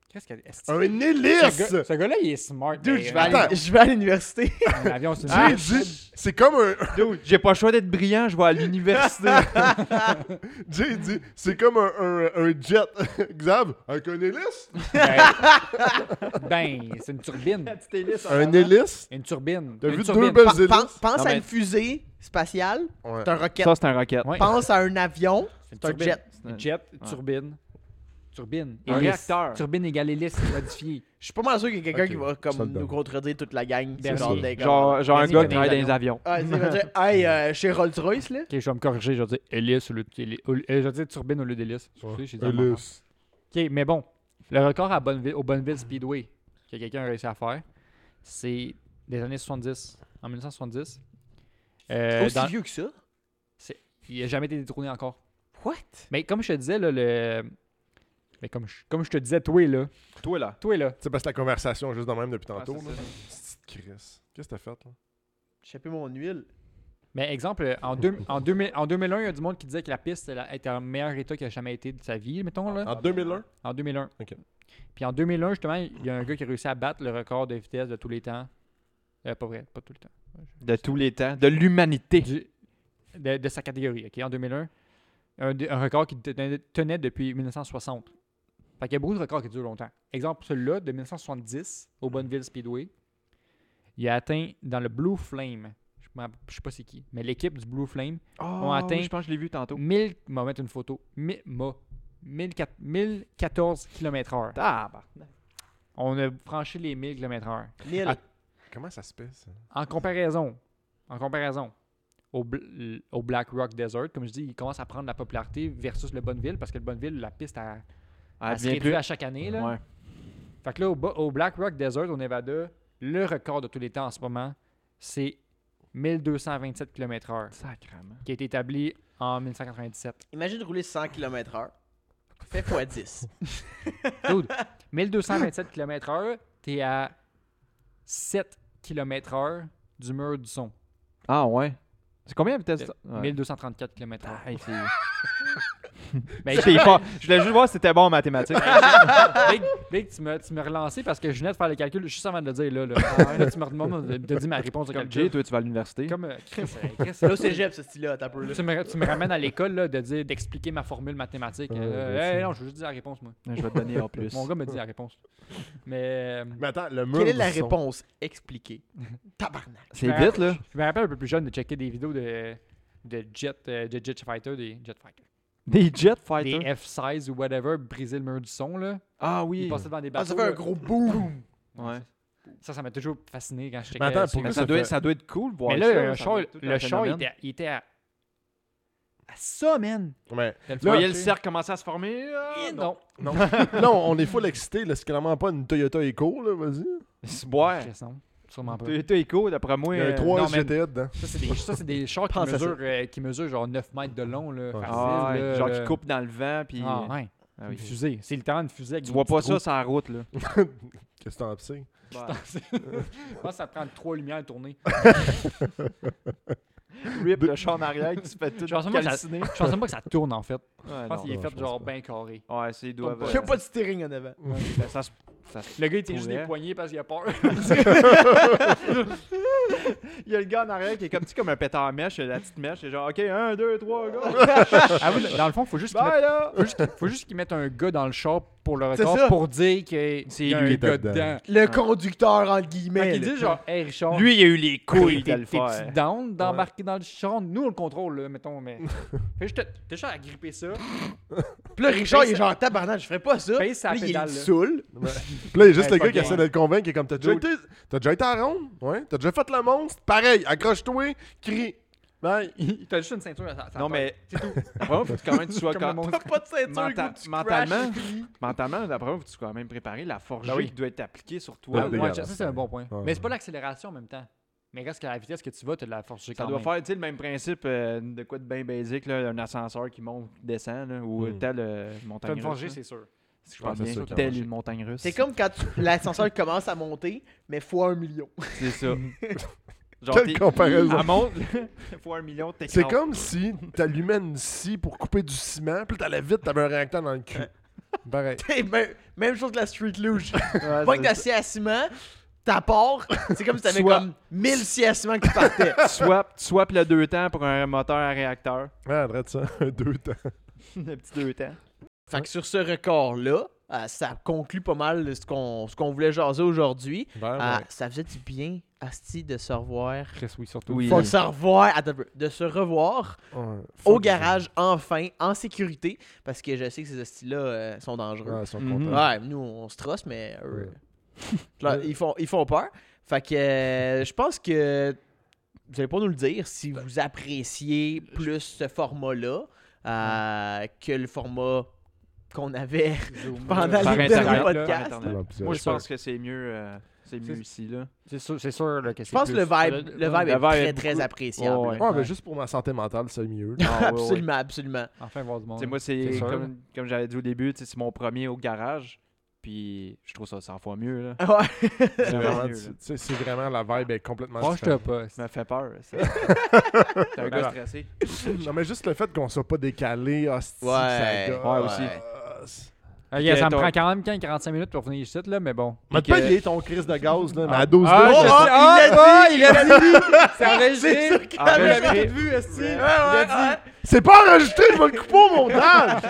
Qu'est-ce que. Un hélice! Ce gars-là, il est smart. Dude, mais, je vais à l'université. un avion, c'est J'ai dit, c'est comme un. Dude, j'ai pas le choix d'être brillant, je vais à l'université. J'ai dit, c'est comme un jet. Xav, avec un hélice? Ben, c'est une turbine. Un hélice? Une turbine. T'as Une vu turbine. deux belles hélices? Pense Non, à mais- une fusée spatiale, Ouais. c'est un rocket. Ça, c'est un rocket. Ouais. Pense à un avion, c'est un turbine. jet. Un jet, turbine. Turbine. Un Hélice. réacteur. Turbine égale hélice modifié. Je suis pas mal sûr qu'il y a quelqu'un Ok, qui va ça comme le nous donne. contredire toute la gang. C'est Merci. genre des gars. Genre un Vas-y, gars qui fais travaille des dans les avions. Ah, il va dire, hey, chez Rolls-Royce, là. Ok, je vais me corriger. Je vais dire hélice au lieu de je vais dire turbine au lieu d'hélice. Excusez, j'ai dit la marde. Hélice. Ok, mais bon. Le record à au Bonneville Speedway que quelqu'un a réussi à faire, c'est des années 70. En 1970. Aussi vieux que ça? Il n'a jamais été détrôné encore. What? Mais comme je te disais, là, mais comme je te disais, toi là. Toi, là. C'est parce que la conversation juste de même depuis tantôt. Ah, là. c'est Petite Chris. Qu'est-ce que t'as fait, là? J'ai échappé mon huile. Mais exemple, en 2001, il y a du monde qui disait que la piste était en meilleur état qu'elle a jamais été de sa vie, mettons. Là. En 2001? En 2001. Ok. Puis en 2001, justement, il y a un gars qui a réussi à battre le record de vitesse de tous les temps. Pas vrai, pas tout le temps. De tous les temps. De l'humanité. De sa catégorie, ok, en 2001. Un record qui tenait depuis 1960. Fait qu'il y a beaucoup de records qui durent longtemps. Exemple, celui-là, de 1970, au Bonneville Speedway, il a atteint dans le Blue Flame. Je sais pas c'est qui, mais l'équipe du Blue Flame Oh, atteint- oui, je pense que je l'ai vu tantôt. 1000, on va mettre une photo, 1014 km/h. On a franchi les 1000 km/h. Neil. Ah. Comment ça se fait, ça? En comparaison, au Black Rock Desert, comme je dis, il commence à prendre la popularité versus le Bonneville, parce que le Bonneville, la piste, elle se devient réduit à chaque année. Là. Ouais. Fait que là, au Black Rock Desert, au Nevada, le record de tous les temps en ce moment, c'est 1227 km/h, Sacrement. qui a été établi en 1997. Imagine rouler 100 km/h. Fait x 10. Dude, 1227 km/h, t'es à 7 km/h du mur du son. Ah ouais. C'est combien la vitesse? Ouais. 1234 km/h. Ah, c'est... Mais J'étais fort. Je voulais juste voir si c'était bon en mathématiques. Big, tu m'as relancé parce que je venais de faire le calcul juste avant de le dire. Là. Là, tu me demandes de dire ma réponse au Comme calcul. Jay, toi, tu vas à l'université. Comme Chris, Là, au cégep, ce style-là, t'as peu là. tu me ramènes à l'école là, d'expliquer ma formule mathématique. Non, je veux juste dire la réponse, moi. Je vais te donner en plus. Mon gars me dit la réponse. Mais Mais attends, le mur. Quelle est la du son. réponse? Expliquez. Tabarnak. C'est vite, là. je me rappelle un peu plus jeune de checker des vidéos de jet fighter, des jet fighters. Des jet Des fighters. F-16 ou whatever, briser le mur du son. Là. Ah Ils oui. passaient devant des Ah, bateaux. ça fait un là. gros boom. Ouais. Ça m'a toujours fasciné quand je checkais. Mais attends, sur- pourquoi Mais ça doit être cool de voir Mais ça. là, ça doit être tout un le char phénomène. il était à ça, man. Ouais. Tu voyais le cercle commencer à se former? Non. Non. Là, on est full excité. Là. C'est clairement pas une Toyota Eco, là. Vas-y. Se boire. Chris, non. Sûrement pas. Toyota Eco, d'après moi. Il y a un 3 non, mais- GTA dedans. Ça, c'est des chars Pense à ça. qui mesurent genre 9 mètres de long. Là, Ouais. facile, Ah ouais, là, genre là. qui coupe dans le vent. Puis... Ah, ouais. Ah oui. Une fusée. C'est le temps de fusée avec Tu des vois pas petits ça sur la route, là. Qu'est-ce que t'en sais? trous. Je pense que ça prend 3 lumières à tourner. Rip le char en arrière qui se fait tout Je pense même que ça- calciner. Je pense même pas que ça tourne en fait. Ouais, Je pense non. qu'il est non, fait je pense genre pas. bien carré. Ouais, c'est ils doivent. Il n'y a pas de steering en avant. ça se- Le gars il tient juste pourrait. des poignets parce qu'il a peur. Il y a le gars en arrière qui est comme, tu sais, comme un pétard à mèche, la petite mèche, c'est genre, ok, 1, 2, 3, go! Ah oui, dans le fond, faut juste qu'il Bye là! faut juste qu'ils mettent un gars dans le char pour le C'est record ça. pour dire que C'est il y a lui un qui gars est dedans. dedans. Le conducteur, entre Fait guillemets. qu'il là. dit genre, hey Richard, Lui, il a eu les couilles de t'es le faire. t'es-tu down d'embarquer dans le char? Nous, on le contrôle, là, mettons, mais. Fait que t'es juste à gripper ça. Puis là, Richard, il est genre tabarnak, je ferais pas ça. Pèse sa Puis il pédale, est là. saoul. Puis là, il y a juste Ouais, le gars c'est qui pas essaie de le convaincre, qui est comme t'as déjà été à ronde? Ouais. T'as déjà fait le monstre? Pareil, accroche-toi, crie. Bye. Il t'a juste une ceinture à sa Non, tête. mais. Après, faut que quand même tu sois Comme le quand... monstre. T'as pas de ceinture, Menta- goût, tu mentalement. crashes, c'est fini. Mentalement, d'après moi, faut que tu sois quand même préparé. La forgée Ben oui. qui doit être appliquée sur Ouais, toi. Ouais, ouais, dégueulasse, ça, c'est un bon point. Ouais. Mais c'est pas l'accélération en même temps. Mais reste qu'à la vitesse que tu vas, tu as de la force G Ça quand doit même. faire tu sais, le même principe de quoi de bien basique, là, un ascenseur qui monte, descend, là, ou Mm. tel T'as montagne une force G, russe. c'est sûr. Je pense Ouais, c'est bien, sûr qu'il y a telle forgé. une montagne russe. C'est comme quand l'ascenseur commence à monter, mais fois 1 million. C'est ça. Genre, Quelle comparaison. elle monte, fois 1 million, t'es C'est comme si t'allumais une scie pour couper du ciment, puis t'allais vite, t'avais un réacteur dans le cul. Pareil. Même chose que la Street Luge. Ouais, Pas que c'est ta ça. scie à ciment, ta part, c'est comme si t'avais Soit- comme 1000 scies à ciment qui partaient. Swap le 2 temps pour un moteur à réacteur. Ouais, arrête ça. 2 temps. Le petit 2 temps. Fait que sur ce record-là, ça conclut pas mal ce qu'on voulait jaser aujourd'hui. Ben, ouais. Ça faisait du bien, asti, de se revoir. Chris, oui, surtout. Oui. De se revoir, attends un peu, de se revoir Ouais. au Fuck garage, enfin, en sécurité, parce que je sais que ces astis-là sont les gens. dangereux. Ouais, ils sont Mhm. contents. Ouais, nous, on se trosse, mais eux, Ouais. là, ils font peur. Fait que je pense que vous allez pas nous le dire si vous appréciez plus ce format-là que le format qu'on avait pendant Par les Internet, derniers là, podcasts. par Dans Internet. l'épisode. Moi, je pense que c'est mieux, ici, là. C'est sûr là, que Je pense que le vibe est très, très beaucoup- appréciable. Ouais, là. Ouais, mais juste pour ma santé mentale, c'est mieux. Ah, ouais, ouais. Absolument, absolument. Enfin, voir du monde. Tu sais, moi, C'est c'est sûr. comme j'avais dit au début, tu sais, c'est mon premier au garage. Puis je trouve ça 100 fois mieux, là. Ouais. C'est C'est vraiment, mieux, tu là. sais, c'est vraiment la vibe est complètement Moi, je te différente. pas. Ça me fait peur, ça. T'es un gars Alors, stressé. Non, mais juste le fait qu'on soit pas décalé, hostie, Ouais, ça gosse. ouais, aussi. Ok, Que ça me ton- prend quand même 45 minutes pour venir ici, là, mais bon. Mais Puis pas que- lié ton crise de gaz, là, mais Ah. à 12 Ah, degrés, je je sais. sais. Il a dit! C'est enregistré! C'est sûr qu'il Ah, avait ben, jamais j'ai- tout vu, esti. Ouais, Ouais. C'est pas enregistré, je vais le couper au montage!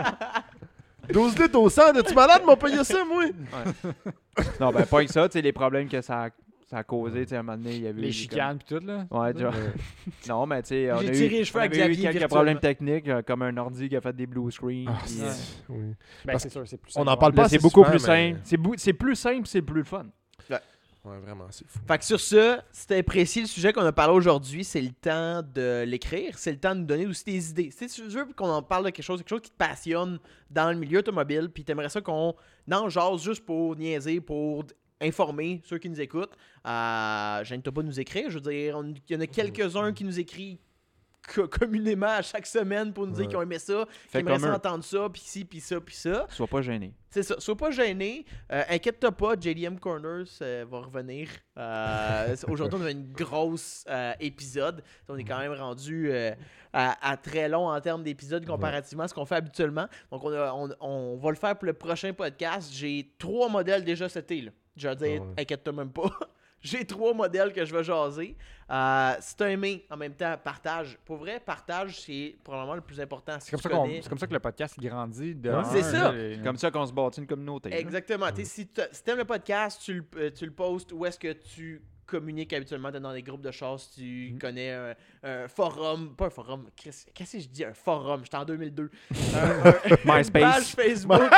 12 litres au 100, es-tu malade, m'a payé ça, moi? Non, ben, pas que ça, tu sais, les problèmes que ça a causé, tu sais, à un moment donné, il y avait Les eu chicanes pis tout, là. comme- Ouais, genre. Non, mais tu sais, on a J'ai eu, tiré les cheveux on à avait eu Xavier quelques virtuellement. problèmes techniques, comme un ordi qui a fait des blue screens. Ah, puis, c'est- oui. Ben, Parce c'est sûr, c'est plus on en simple. parle pas là, assez c'est beaucoup souvent, plus mais- simple. C'est plus simple, c'est plus le fun. Ouais, vraiment, c'est fou. Fait que sur ce, si t'as apprécié le sujet qu'on a parlé aujourd'hui, c'est le temps de l'écrire. C'est le temps de nous donner aussi des idées. Si tu veux qu'on en parle de quelque chose qui te passionne dans le milieu automobile, puis t'aimerais ça qu'on en jase juste pour niaiser, pour informer ceux qui nous écoutent, gêne-toi pas de nous écrire. Je veux dire, il y en a quelques-uns qui nous écrivent communément à chaque semaine pour nous dire Ouais. qu'ils ont aimé ça, qu'ils Fais aimeraient comme ça eux. entendre ça, puis ci, puis ça, puis ça. Sois pas gêné. C'est ça, sois pas gêné. Inquiète-toi pas, JDM Corners va revenir. Aujourd'hui, on a une grosse épisode. On est quand même rendu à très long en termes d'épisodes comparativement à ce qu'on fait habituellement. Donc, on va le faire pour le prochain podcast. J'ai 3 modèles déjà setés, là. Je veux dire, Ah ouais. inquiète-toi même pas. J'ai 3 modèles que je vais jaser. Si t'as aimé, en même temps, partage. Pour vrai, partage, c'est probablement le plus important. Si C'est comme, tu ça qu'on- connais- c'est comme ça que le podcast grandit. De Ouais. C'est ça. Comme ça qu'on se bâtit une communauté. là. Exactement. T'sais, si t'aimes le podcast, tu le postes. Où est-ce que tu communiques habituellement? T'es dans des groupes de chasse, tu connais un forum. Pas un forum. Qu'est-ce que je dis? Un forum. J'étais en 2002. MySpace. Une page Facebook.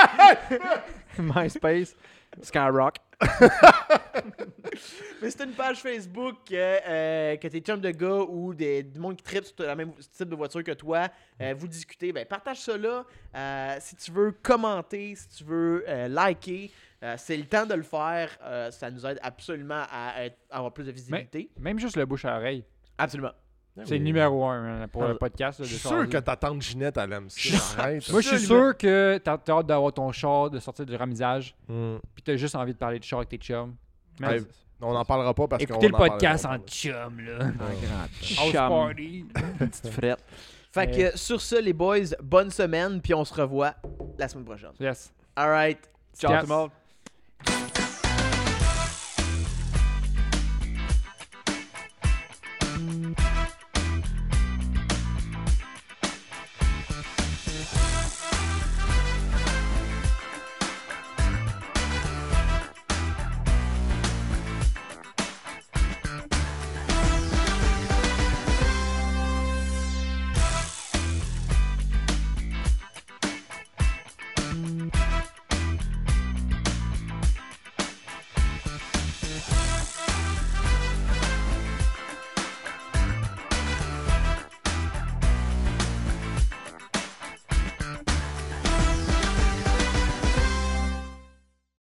MySpace. Skyrock. Mais c'est une page Facebook que tes chums de gars ou du monde qui tripe sur le même type de voiture que toi, vous discutez. Ben, partage ça là. Si tu veux commenter, si tu veux liker, c'est le temps de le faire. Ça nous aide absolument à avoir plus de visibilité. Même juste le bouche à oreille. Absolument. C'est le numéro 1 pour le podcast. Je là, de suis sûr changer. que ta tante Ginette, elle aime ça. Arrête. Moi, je suis sûr que t'as hâte d'avoir ton char, de sortir du ramisage, Hmm. puis t'as juste envie de parler de char avec tes chums. Mais Ouais, on n'en parlera pas parce qu'on écoutez le en parlera podcast pas. en chum, là. Chum. House party. Petite frette. Fait que sur ce, les boys, bonne semaine, puis on se revoit la semaine prochaine. Yes. Alright. Ciao Yes. tout le monde.